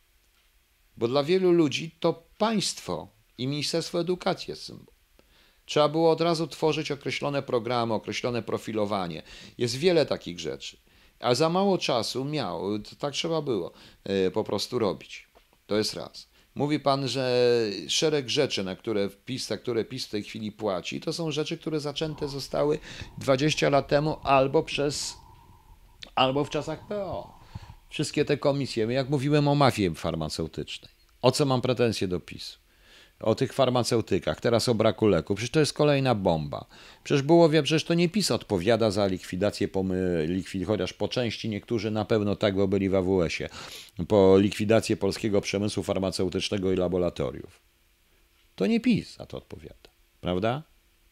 Bo dla wielu ludzi to państwo i Ministerstwo Edukacji jest symbol. Trzeba było od razu tworzyć określone programy, określone profilowanie. Jest wiele takich rzeczy. A za mało czasu miał, tak trzeba było po prostu robić. To jest raz. Mówi pan, że szereg rzeczy, na które PiS, na które PiS w tej chwili płaci, to są rzeczy, które zaczęte zostały dwadzieścia lat temu albo przez, albo w czasach P O. Wszystkie te komisje, jak mówiłem o mafii farmaceutycznej. O co mam pretensje do PiSu? O tych farmaceutykach, teraz o braku leków. Przecież to jest kolejna bomba. Przecież było, przecież to nie PiS odpowiada za likwidację, likwid, chociaż po części niektórzy na pewno tak, bo byli w A W S-ie, po likwidację polskiego przemysłu farmaceutycznego i laboratoriów. To nie PiS za to odpowiada, prawda?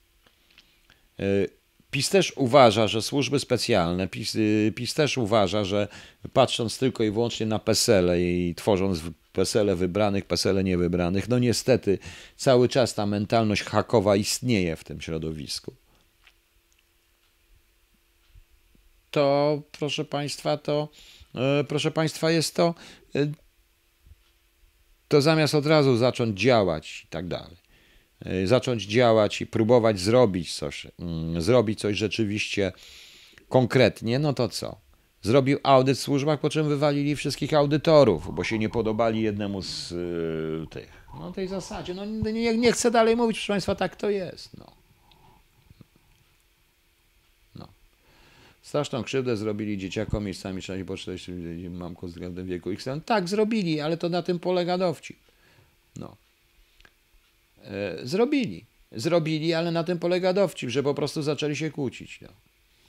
PiS też uważa, że służby specjalne, PiS, PiS też uważa, że patrząc tylko i wyłącznie na P E S-e i tworząc P E S-e wybranych, P E S-e niewybranych, no niestety cały czas ta mentalność hakowa istnieje w tym środowisku. to proszę Państwa, to proszę Państwa, jest to, to zamiast od razu zacząć działać i tak dalej, zacząć działać i próbować zrobić coś, zrobić coś rzeczywiście konkretnie, no to co? Zrobił audyt w służbach, po czym wywalili wszystkich audytorów, bo się nie podobali jednemu z y, tych. No tej zasadzie. No nie, nie chcę dalej mówić, proszę Państwa, tak to jest. No. No. Straszną krzywdę zrobili dzieciakom miejscami trzeba po czterdzieści mamką względem wieku ich. Tak, zrobili, ale to na tym polega dowcip. No. E, zrobili. Zrobili, ale na tym polega dowcip, że po prostu zaczęli się kłócić. No.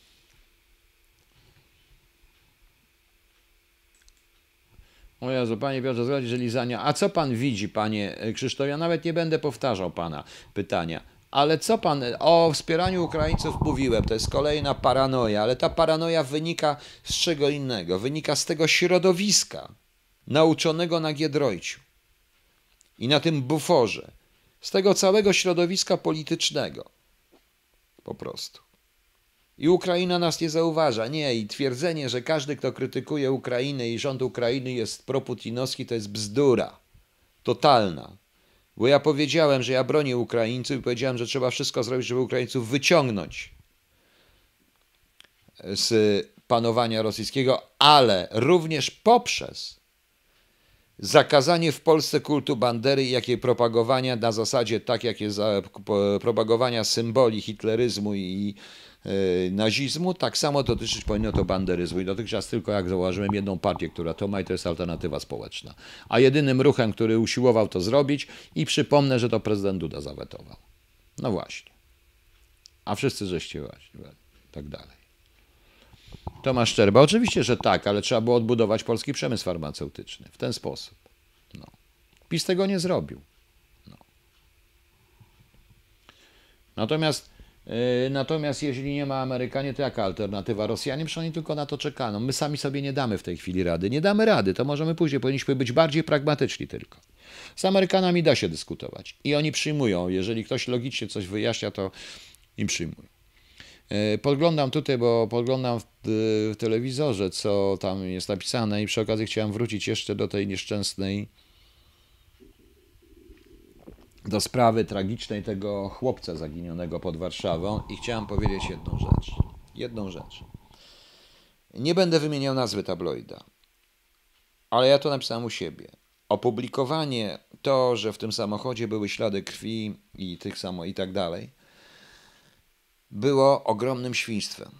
O Jezu, Panie Piotrze, zgodzi, że lizania. A co Pan widzi, Panie Krzysztof? Ja nawet nie będę powtarzał Pana pytania. Ale co Pan o wspieraniu Ukraińców mówiłem? To jest kolejna paranoja, ale ta paranoja wynika z czego innego. Wynika z tego środowiska nauczonego na Giedroyciu i na tym buforze. Z tego całego środowiska politycznego. Po prostu. I Ukraina nas nie zauważa. Nie, i twierdzenie, że każdy, kto krytykuje Ukrainę i rząd Ukrainy jest proputinowski, to jest bzdura. Totalna. Bo ja powiedziałem, że ja bronię Ukraińców i powiedziałem, że trzeba wszystko zrobić, żeby Ukraińców wyciągnąć z panowania rosyjskiego, ale również poprzez zakazanie w Polsce kultu bandery i jakiej propagowania na zasadzie tak, jak jest propagowania symboli hitleryzmu i nazizmu, tak samo dotyczyć powinno to banderyzmu. I dotychczas tylko, jak zauważyłem, jedną partię, która to ma, i to jest Alternatywa Społeczna. A jedynym ruchem, który usiłował to zrobić, i przypomnę, że to prezydent Duda zawetował. No właśnie. A wszyscy żeście właśnie, tak dalej. Tomasz Szczerba, oczywiście, że tak, ale trzeba było odbudować polski przemysł farmaceutyczny w ten sposób. No. PiS tego nie zrobił. No. Natomiast Natomiast jeżeli nie ma Amerykanie, to jaka alternatywa? Rosjanie, przecież oni tylko na to czekają. My sami sobie nie damy w tej chwili rady. Nie damy rady, to możemy później. Powinniśmy być bardziej pragmatyczni tylko. Z Amerykanami da się dyskutować. I oni przyjmują. Jeżeli ktoś logicznie coś wyjaśnia, to im przyjmują. Podglądam tutaj, bo podglądam w, w telewizorze, co tam jest napisane, i przy okazji chciałem wrócić jeszcze do tej nieszczęsnej do sprawy tragicznej tego chłopca zaginionego pod Warszawą i chciałem powiedzieć jedną rzecz. Jedną rzecz. Nie będę wymieniał nazwy tabloida, ale ja to napisałem u siebie. Opublikowanie to, że w tym samochodzie były ślady krwi i tych samo i tak dalej, było ogromnym świństwem.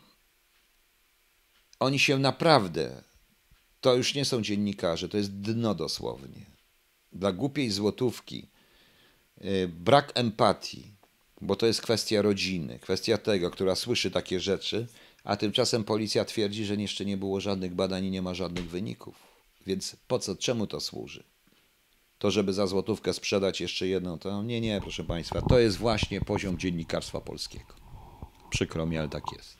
Oni się naprawdę, to już nie są dziennikarze, to jest dno dosłownie. Dla głupiej złotówki brak empatii, bo to jest kwestia rodziny, kwestia tego, która słyszy takie rzeczy, a tymczasem policja twierdzi, że jeszcze nie było żadnych badań i nie ma żadnych wyników. Więc po co, czemu to służy? To, żeby za złotówkę sprzedać jeszcze jedną, to nie, nie, proszę Państwa, to jest właśnie poziom dziennikarstwa polskiego. Przykro mi, ale tak jest.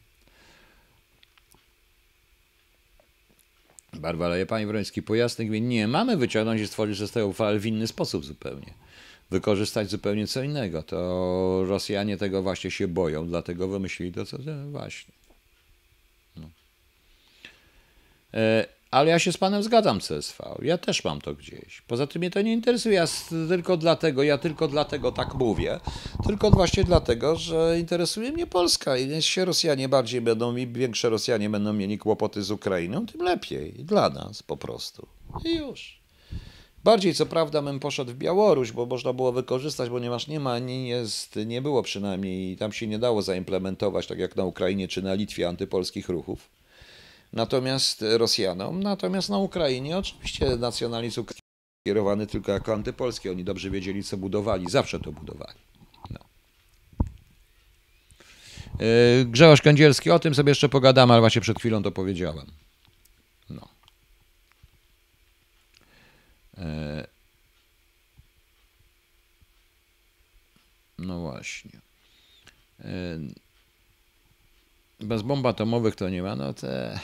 Barbara, Pani Wroński, Pojasny, nie, mamy wyciągnąć i stworzyć z tego uchwałę w inny sposób zupełnie. Wykorzystać zupełnie co innego. To Rosjanie tego właśnie się boją, dlatego wymyślili to, co właśnie. No. E, ale ja się z Panem zgadzam, C S V. Ja też mam to gdzieś. Poza tym mnie to nie interesuje. Ja tylko dlatego, ja tylko dlatego tak mówię. Tylko właśnie dlatego, że interesuje mnie Polska. I jeśli Rosjanie bardziej będą, i większe Rosjanie będą mieli kłopoty z Ukrainą, tym lepiej. Dla nas po prostu. I już. Bardziej co prawda bym poszedł w Białoruś, bo można było wykorzystać, ponieważ nie ma, nie jest, nie było przynajmniej, tam się nie dało zaimplementować, tak jak na Ukrainie czy na Litwie, antypolskich ruchów. Natomiast Rosjanom, natomiast na Ukrainie oczywiście nacjonalizm kierowany tylko jako antypolski. Oni dobrze wiedzieli, co budowali, zawsze to budowali. No. Yy, Grzegorz Kędzielski, o tym sobie jeszcze pogadamy, ale właśnie przed chwilą to powiedziałem. No. No właśnie. Bez bomb atomowych to nie ma, no te...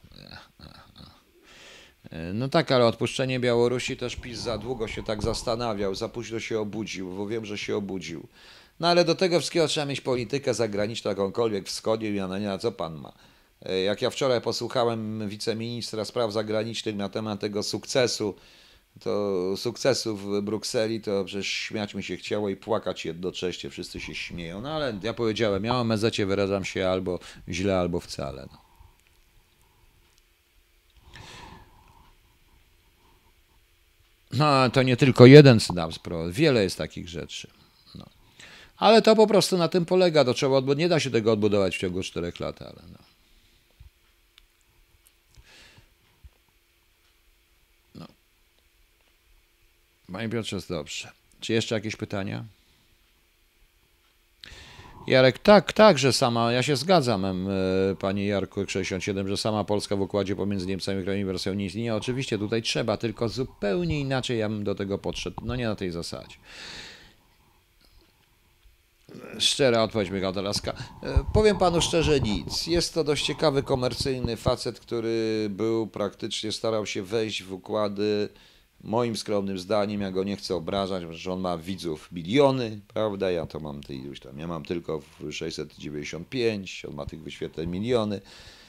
No tak, ale odpuszczenie Białorusi też PiS za długo się tak zastanawiał, za późno się obudził, bo wiem, że się obudził. No ale do tego wszystkiego trzeba mieć politykę zagraniczną, jakąkolwiek wschodnią, i na co pan ma? Jak ja wczoraj posłuchałem wiceministra spraw zagranicznych na temat tego sukcesu, to sukcesu w Brukseli, to przecież śmiać mi się chciało i płakać jednocześnie, wszyscy się śmieją. No ale ja powiedziałem, ja o M S Z-cie wyrażam się albo źle, albo wcale. No. No, to nie tylko jeden Synapse, wiele jest takich rzeczy. No. Ale to po prostu na tym polega. To trzeba odbud- nie da się tego odbudować w ciągu czterech lat, ale no. no. Panie Piotrze, jest dobrze. Czy jeszcze jakieś pytania? Jarek, tak, tak, że sama, ja się zgadzam, em, e, panie Jarku sześćdziesiąt siedem, że sama Polska w układzie pomiędzy Niemcami i krajami wersją nie istnieje. Oczywiście tutaj trzeba, tylko zupełnie inaczej ja bym do tego podszedł. No nie na tej zasadzie. Szczera odpowiedź, Michał Talaska. E, Powiem panu szczerze, nic. Jest to dość ciekawy, komercyjny facet, który był praktycznie, starał się wejść w układy. Moim skromnym zdaniem, ja go nie chcę obrażać, że on ma widzów miliony, prawda? Ja to mam iluś tam, ja mam tylko sześćset dziewięćdziesiąt pięć, on ma tych wyświetleń miliony.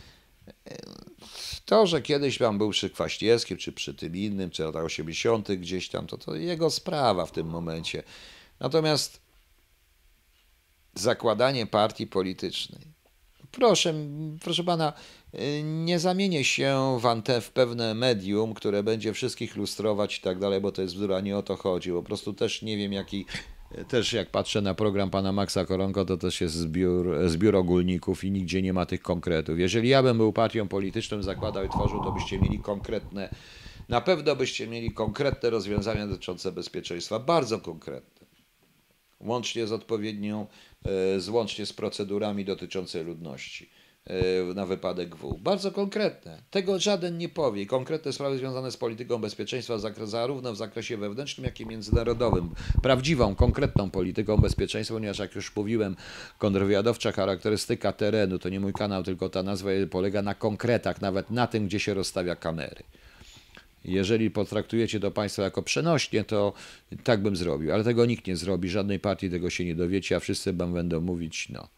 To, że kiedyś tam był przy Kwaśniewskim, czy przy tym innym, czy latach osiemdziesiątych gdzieś tam, to, to jego sprawa w tym momencie. Natomiast zakładanie partii politycznej. Proszę, proszę pana, nie zamienię się w, ante, w pewne medium, które będzie wszystkich lustrować i tak dalej, bo to jest bzdura, nie o to chodzi. Po prostu też nie wiem, jaki, też jak patrzę na program pana Maxa Koronko, to też jest zbiór, zbiór ogólników i nigdzie nie ma tych konkretów. Jeżeli ja bym był partią polityczną, zakładał i tworzył, to byście mieli konkretne, na pewno byście mieli konkretne rozwiązania dotyczące bezpieczeństwa, bardzo konkretne. Łącznie z odpowiednią, z, łącznie z procedurami dotyczącymi ludności na wypadek W. Bardzo konkretne. Tego żaden nie powie. Konkretne sprawy związane z polityką bezpieczeństwa zarówno w zakresie wewnętrznym, jak i międzynarodowym. Prawdziwą, konkretną polityką bezpieczeństwa, ponieważ jak już mówiłem, kontrwywiadowcza charakterystyka terenu, to nie mój kanał, tylko ta nazwa polega na konkretach, nawet na tym, gdzie się rozstawia kamery. Jeżeli potraktujecie to państwo jako przenośnie, to tak bym zrobił, ale tego nikt nie zrobi, żadnej partii tego się nie dowiecie, a wszyscy będą mówić, no.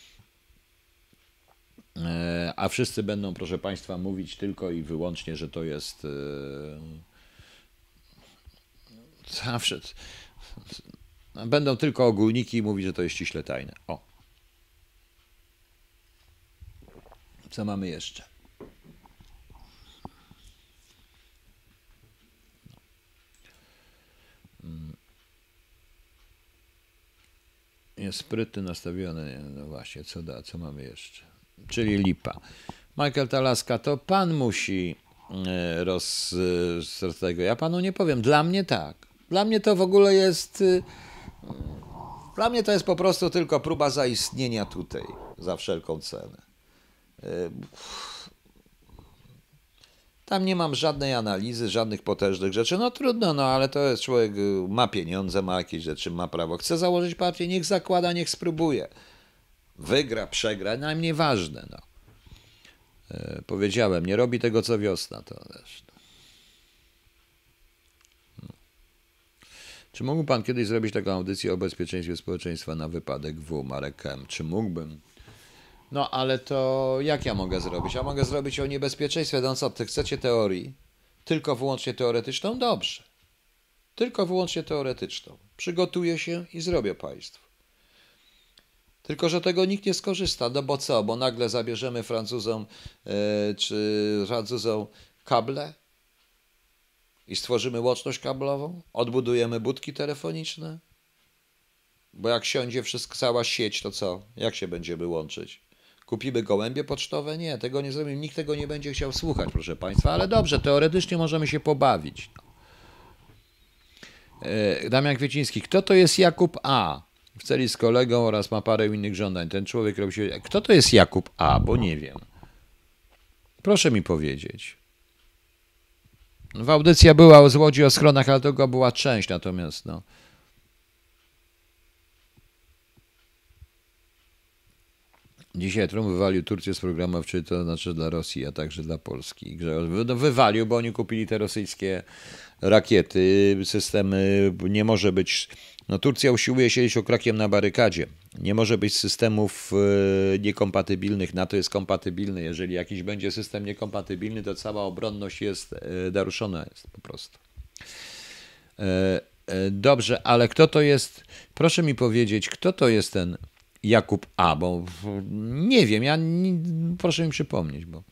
A wszyscy będą, proszę państwa, mówić tylko i wyłącznie, że to jest zawsze. Będą tylko ogólniki i mówić, że to jest ściśle tajne. O. Co mamy jeszcze? Jest sprytny, nastawiony. No właśnie, co da, co mamy jeszcze? Czyli lipa. Michael Talaska, to pan musi roz, z tego. Ja panu nie powiem. Dla mnie tak. Dla mnie to w ogóle jest. Dla mnie to jest po prostu tylko próba zaistnienia tutaj za wszelką cenę. Tam nie mam żadnej analizy, żadnych potężnych rzeczy. No trudno, no ale to jest człowiek, ma pieniądze, ma jakieś rzeczy, ma prawo. Chce założyć partię, niech zakłada, niech spróbuje. Wygra, przegra, najmniej ważne. No. E, powiedziałem, nie robi tego co wiosna. To też, no. No. Czy mógł pan kiedyś zrobić taką audycję o bezpieczeństwie społeczeństwa na wypadek W, Marek M? Czy mógłbym? No ale to jak ja mogę zrobić? Ja mogę zrobić o niebezpieczeństwie. No co, ty chcecie teorii? Tylko wyłącznie teoretyczną? Dobrze. Tylko wyłącznie teoretyczną. Przygotuję się i zrobię państwu. Tylko że tego nikt nie skorzysta. No bo co? Bo nagle zabierzemy Francuzom yy, czy Francuzom kable i stworzymy łączność kablową? Odbudujemy budki telefoniczne? Bo jak siądzie wszystko, cała sieć, to co? Jak się będziemy łączyć? Kupimy gołębie pocztowe? Nie, tego nie zrobimy. Nikt tego nie będzie chciał słuchać, proszę państwa, ale dobrze, teoretycznie możemy się pobawić. Damian Kwieciński. Kto to jest Jakub A? W celi z kolegą oraz ma parę innych żądań. Ten człowiek robi się... Kto to jest Jakub A? Bo nie wiem. Proszę mi powiedzieć. W audycja była z Łodzi o schronach, ale tego była część, natomiast no... Dzisiaj Trump wywalił Turcję z programów, czyli to znaczy dla Rosji, a także dla Polski. No, wywalił, bo oni kupili te rosyjskie rakiety, systemy, nie może być... No Turcja usiłuje siedzieć okrakiem na barykadzie, Nie może być systemów y, niekompatybilnych. NATO jest kompatybilny. Jeżeli jakiś będzie system niekompatybilny, to cała obronność jest y, naruszona jest po prostu. Y, y, dobrze, ale kto to jest? Proszę mi powiedzieć, kto to jest ten Jakub A, bo nie wiem, ja nie, proszę mi przypomnieć, bo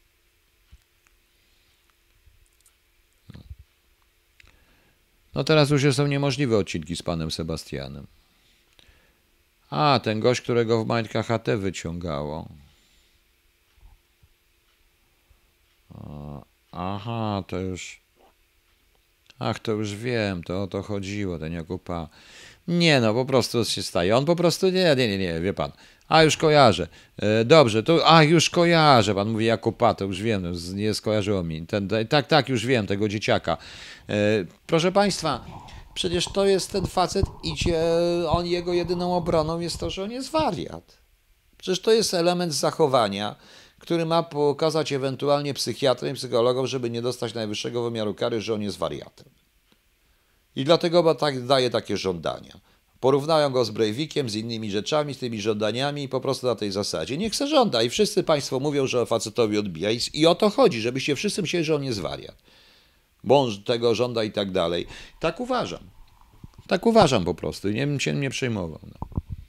no teraz już są niemożliwe odcinki z panem Sebastianem. A, ten gość, którego w majtkach H T wyciągało. Aha, to już... Ach, to już wiem, to o to chodziło, ten Jakub A. Nie no, po prostu się staje. On po prostu, nie, nie, nie, nie, wie pan. A, już kojarzę. E, dobrze, to, a, już kojarzę. Pan mówi Jakub A, to już wiem, no, nie skojarzyło mi. Ten, ten, tak, tak, już wiem, tego dzieciaka. E, proszę państwa, przecież to jest ten facet, idzie, on, jego jedyną obroną jest to, że on jest wariat. Przecież to jest element zachowania, który ma pokazać ewentualnie psychiatrom i psychologom, żeby nie dostać najwyższego wymiaru kary, że on jest wariatem. I dlatego tak, daje takie żądania. Porównają go z Breivikiem, z innymi rzeczami, z tymi żądaniami i po prostu na tej zasadzie. Niech se żąda i wszyscy państwo mówią, że facetowi odbija i, i o to chodzi, żebyście wszyscy myśleli, że on jest wariat. Bo on tego żąda i tak dalej. Tak uważam. Tak uważam po prostu i nie bym się nie przejmował. No.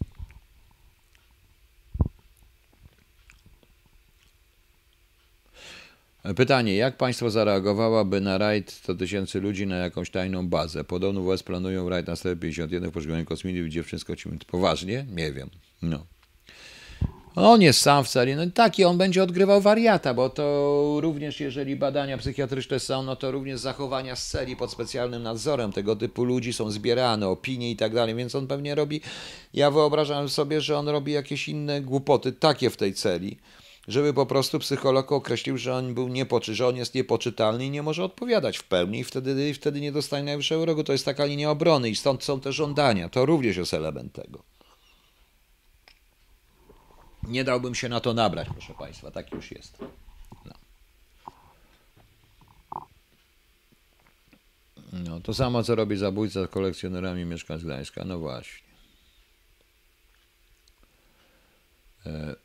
Pytanie, jak państwo zareagowałaby na rajd sto tysięcy ludzi na jakąś tajną bazę? Podobno W S planują rajd na sto pięćdziesiąt jeden w poszukiwaniu kosmitów i dziewczyn z kocimi. Poważnie? Nie wiem. No. On jest sam w celi, no i taki, on będzie odgrywał wariata, bo to również jeżeli badania psychiatryczne są, no to również zachowania z celi pod specjalnym nadzorem tego typu ludzi są zbierane, opinie i tak dalej, więc on pewnie robi, ja wyobrażam sobie, że on robi jakieś inne głupoty takie w tej celi, żeby po prostu psycholog określił, że on był niepoczy, że on jest niepoczytalny i nie może odpowiadać w pełni i wtedy, i wtedy nie dostanie najwyższego rogu. To jest taka linia obrony i stąd są te żądania. To również jest element tego. Nie dałbym się na to nabrać, proszę państwa. Tak już jest. No. No, to samo, co robi zabójca z kolekcjonerami mieszkańców Gdańska. No właśnie. E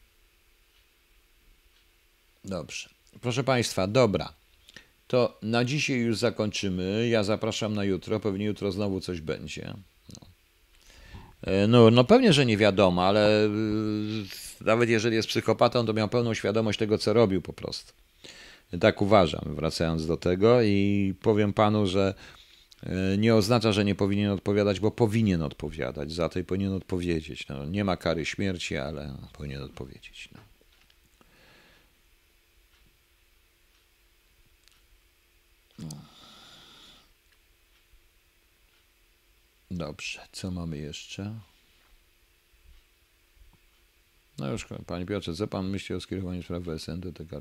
Dobrze. Proszę państwa, dobra. To na dzisiaj już zakończymy. Ja zapraszam na jutro. Pewnie jutro znowu coś będzie. No, no, no pewnie, że nie wiadomo, ale yy, nawet jeżeli jest psychopatą, to miał pełną świadomość tego, co robił po prostu. Tak uważam, wracając do tego i powiem panu, że yy, nie oznacza, że nie powinien odpowiadać, bo powinien odpowiadać. Za to i powinien odpowiedzieć. No, nie ma kary śmierci, ale powinien odpowiedzieć. No. No. Dobrze, co mamy jeszcze? No już, panie Piotrze, co pan myśli o skierowaniu spraw W S N do T K?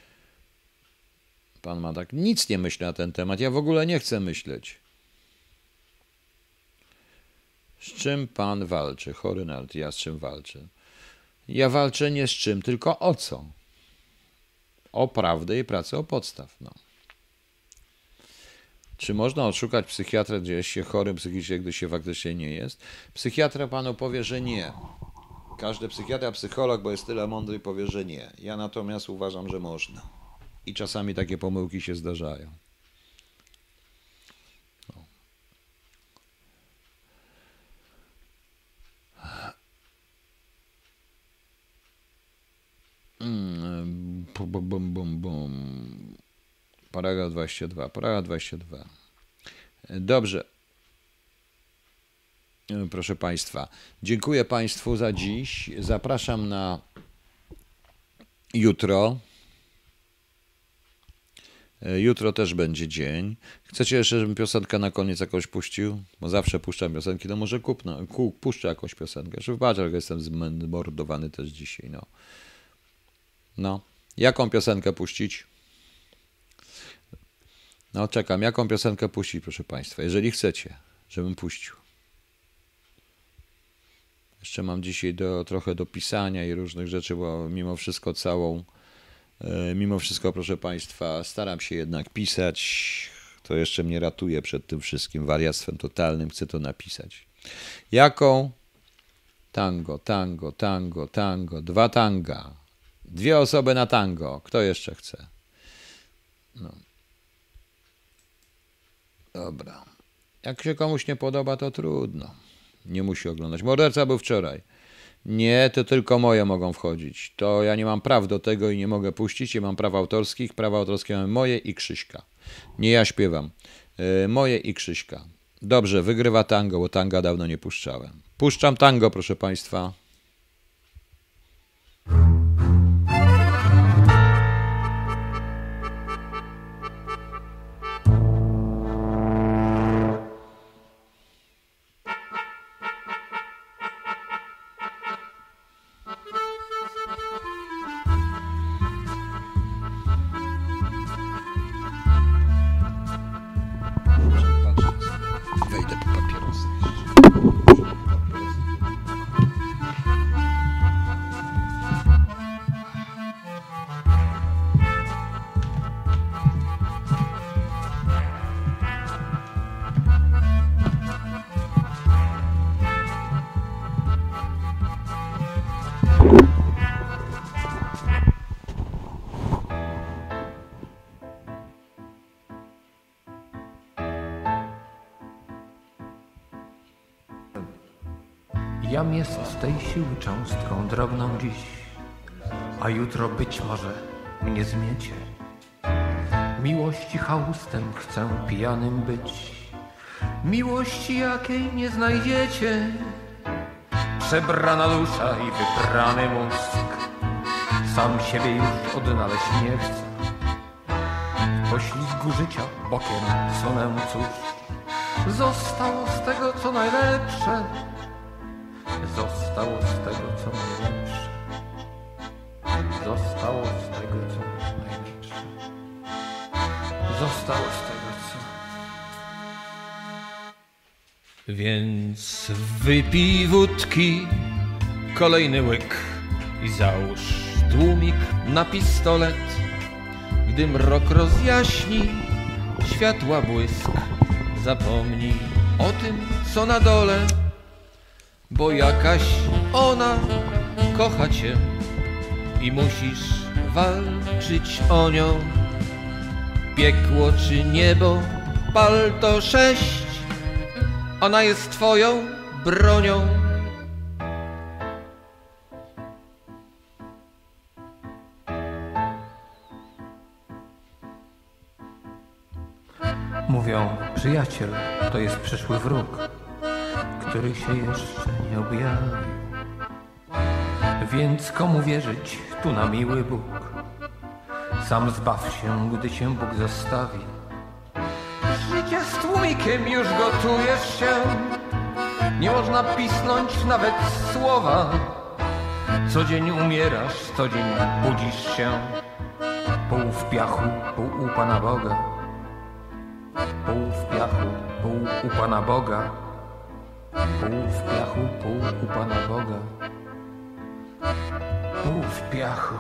Pan ma tak, nic nie myśli na ten temat, ja w ogóle nie chcę myśleć. Z czym pan walczy? Chory nart, ja z czym walczę? Ja walczę nie z czym, tylko o co? O prawdę i pracę o podstaw, no. Czy można odszukać psychiatrę, gdzie jest się chorym psychicznie, gdy się faktycznie nie jest? Psychiatra panu powie, że nie. Każdy psychiatra, psycholog, bo jest tyle mądry, powie, że nie. Ja natomiast uważam, że można. I czasami takie pomyłki się zdarzają. No. Mm, bum, bum, bum, bum. Paragraf dwadzieścia dwa. Paragraf dwadzieścia dwa. Dobrze. Proszę państwa, dziękuję państwu za dziś. Zapraszam na jutro. Jutro też będzie dzień. Chcecie jeszcze, żebym piosenkę na koniec jakąś puścił? Bo zawsze puszczam piosenki, no może kupno, ku, puszczę jakąś piosenkę. Wybaczę, że jestem zmordowany też dzisiaj. No. no. Jaką piosenkę puścić? No czekam, jaką piosenkę puścić, proszę państwa, jeżeli chcecie, żebym puścił. Jeszcze mam dzisiaj do, trochę do pisania i różnych rzeczy, bo mimo wszystko całą, e, mimo wszystko, proszę państwa, staram się jednak pisać. To jeszcze mnie ratuje przed tym wszystkim wariactwem totalnym, chcę to napisać. Jaką Tango, tango, tango, tango. Dwa tanga. Dwie osoby na tango. Kto jeszcze chce? No. Dobra. Jak się komuś nie podoba, to trudno. Nie musi oglądać. Morderca był wczoraj. Nie, to tylko moje mogą wchodzić. To ja nie mam praw do tego i nie mogę puścić. Nie mam praw autorskich. Prawa autorskie mamy moje i Krzyśka. Nie ja śpiewam. Yy, moje i Krzyśka. Dobrze, wygrywa tango, bo tanga dawno nie puszczałem. Puszczam tango, proszę państwa. Wejdę po papierosy. Jam jest z tej siły cząstką drobną dziś, a jutro być może mnie zmiecie. Miłości chałustem chcę pijanym być, miłości jakiej nie znajdziecie. Przebrana dusza i wyprany mózg, sam siebie już odnaleźć nie chcę. W poślizgu życia bokiem sunę, cóż zostało z tego co najlepsze. Zostało z tego, co najlepsze. Zostało z tego, co najlepsze. Zostało z tego, co... Więc wypij wódki, kolejny łyk i załóż tłumik na pistolet. Gdy mrok rozjaśni światła błysk, zapomnij o tym, co na dole. Bo jakaś ona kocha cię i musisz walczyć o nią. Piekło czy niebo, palto sześć, ona jest twoją bronią. Mówią, przyjaciel to jest przyszły wróg, który się jeszcze nie objawił. Więc komu wierzyć tu na miły Bóg? Sam zbaw się, gdy cię Bóg zostawi. Życie z tłumikiem już gotujesz się, nie można pisnąć nawet słowa. Co dzień umierasz, co dzień budzisz się, pół w piachu, pół u Pana Boga. Pół w piachu, pół u Pana Boga. Pół w piachu, pół u Pana Boga. Pół w piachu.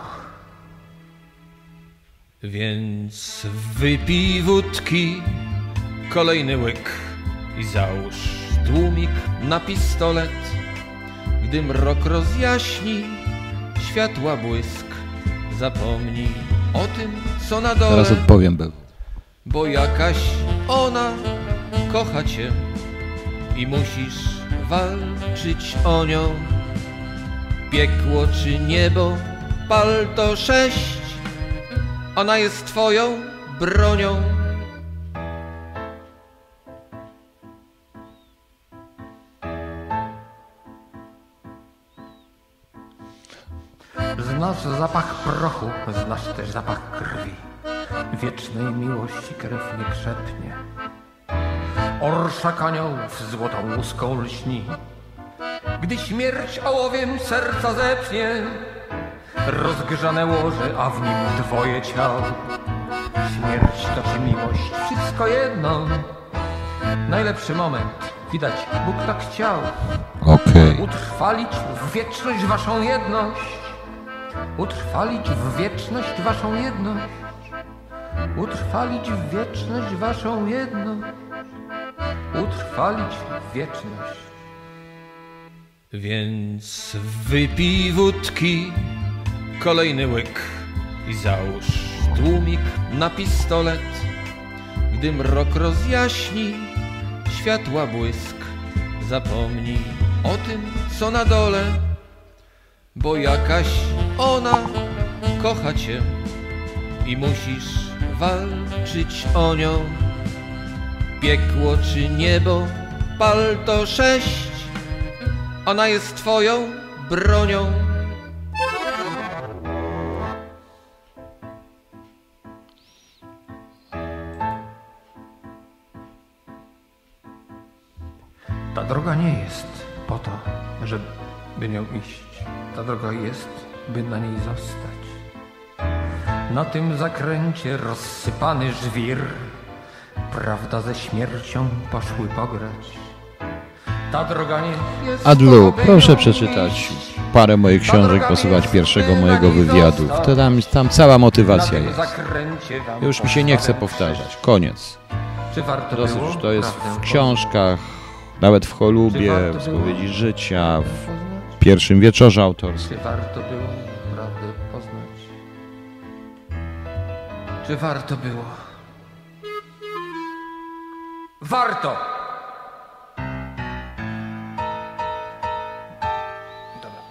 Więc wypij wódki, kolejny łyk i załóż tłumik na pistolet. Gdy mrok rozjaśni światła błysk, zapomnij o tym, co na dole. Teraz odpowiem, był. Bo jakaś ona kocha cię i musisz walczyć o nią. Piekło czy niebo, palto sześć, ona jest twoją bronią. Znasz zapach prochu, znasz też zapach krwi. Wiecznej miłości krew nie krzepnie. Orszak aniołów złotą łuską lśni. Gdy śmierć ołowiem serca zepnie, rozgrzane łoże, a w nim dwoje ciał. Śmierć to czy miłość, wszystko jedno. Najlepszy moment, widać, Bóg tak chciał. Okej. Okay. Utrwalić w wieczność waszą jedność. Utrwalić w wieczność waszą jedność. Utrwalić w wieczność waszą jedność. Utrwalić w wieczność. Więc wypij wódki, kolejny łyk i załóż tłumik na pistolet. Gdy mrok rozjaśni światła błysk, zapomnij o tym, co na dole, bo jakaś ona kocha cię i musisz walczyć o nią. Piekło czy niebo, pal to sześć, ona jest twoją bronią. Ta droga nie jest po to, żeby nią iść. Ta droga jest, by na niej zostać. Na tym zakręcie rozsypany żwir, prawda ze śmiercią poszły pograć. Ta droga nie jest Adlu, po to, by proszę nią przeczytać iść. parę moich książek, posłuchać pierwszego mojego wywiadu. To tam, tam cała motywacja Na tym jest. zakręcie wam Już mi się nie chce postawiam powtarzać. Koniec. Czy warto Dosyć, było to jest prawdę w książkach, nawet w Cholubie, Czy warto w było spowiedzi życia, poznać? w pierwszym wieczorze autorskim. Czy warto było prawdę poznać? Czy warto było? Warto! Dobra.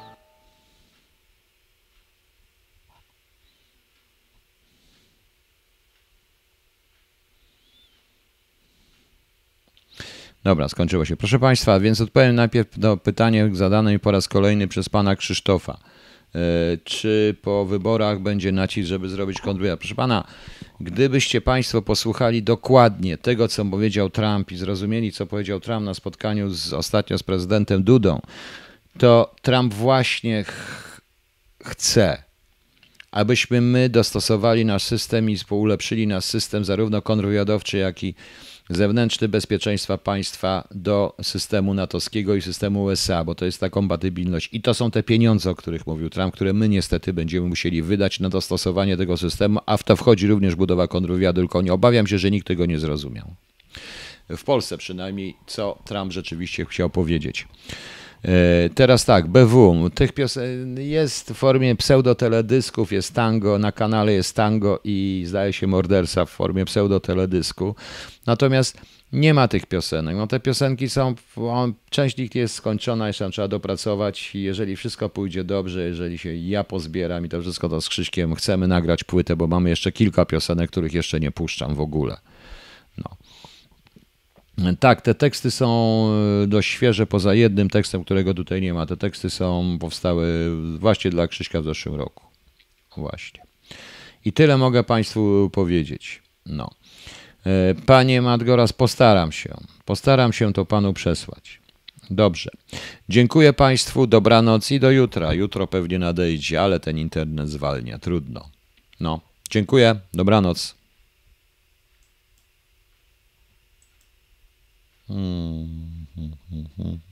Dobra, skończyło się. Proszę Państwa, więc odpowiem najpierw na pytanie zadane mi po raz kolejny przez pana Krzysztofa. E, Czy po wyborach będzie nacisk, żeby zrobić kontrwywiad? Proszę pana, gdybyście Państwo posłuchali dokładnie tego, co powiedział Trump i zrozumieli, co powiedział Trump na spotkaniu z, ostatnio z prezydentem Dudą, to Trump właśnie ch- chce, abyśmy my dostosowali nasz system i ulepszyli nasz system zarówno kontrwywiadowczy, jak i zewnętrzny bezpieczeństwa państwa do systemu natowskiego i systemu U S A, bo to jest ta kompatybilność. I to są te pieniądze, o których mówił Trump, które my niestety będziemy musieli wydać na dostosowanie tego systemu, a w to wchodzi również budowa kontrwywiadu, tylko nie obawiam się, że nikt tego nie zrozumiał. W Polsce przynajmniej, co Trump rzeczywiście chciał powiedzieć. Teraz tak, B W. Tych piosen jest w formie pseudoteledysków, jest tango, na kanale jest tango i zdaje się morderca w formie pseudoteledysku. Natomiast nie ma tych piosenek. No te piosenki są, część z nich jest skończona, jeszcze tam trzeba dopracować i jeżeli wszystko pójdzie dobrze, jeżeli się ja pozbieram i to wszystko to z Krzyśkiem, chcemy nagrać płytę, bo mamy jeszcze kilka piosenek, których jeszcze nie puszczam w ogóle. No. Tak, te teksty są dość świeże, poza jednym tekstem, którego tutaj nie ma. Te teksty są, powstały właśnie dla Krzyśka w zeszłym roku. Właśnie. I tyle mogę Państwu powiedzieć. No. Panie Madgoras, postaram się. Postaram się to Panu przesłać. Dobrze. Dziękuję Państwu, dobranoc i do jutra. Jutro pewnie nadejdzie, ale ten internet zwalnia. Trudno. No. Dziękuję, dobranoc. Hmm.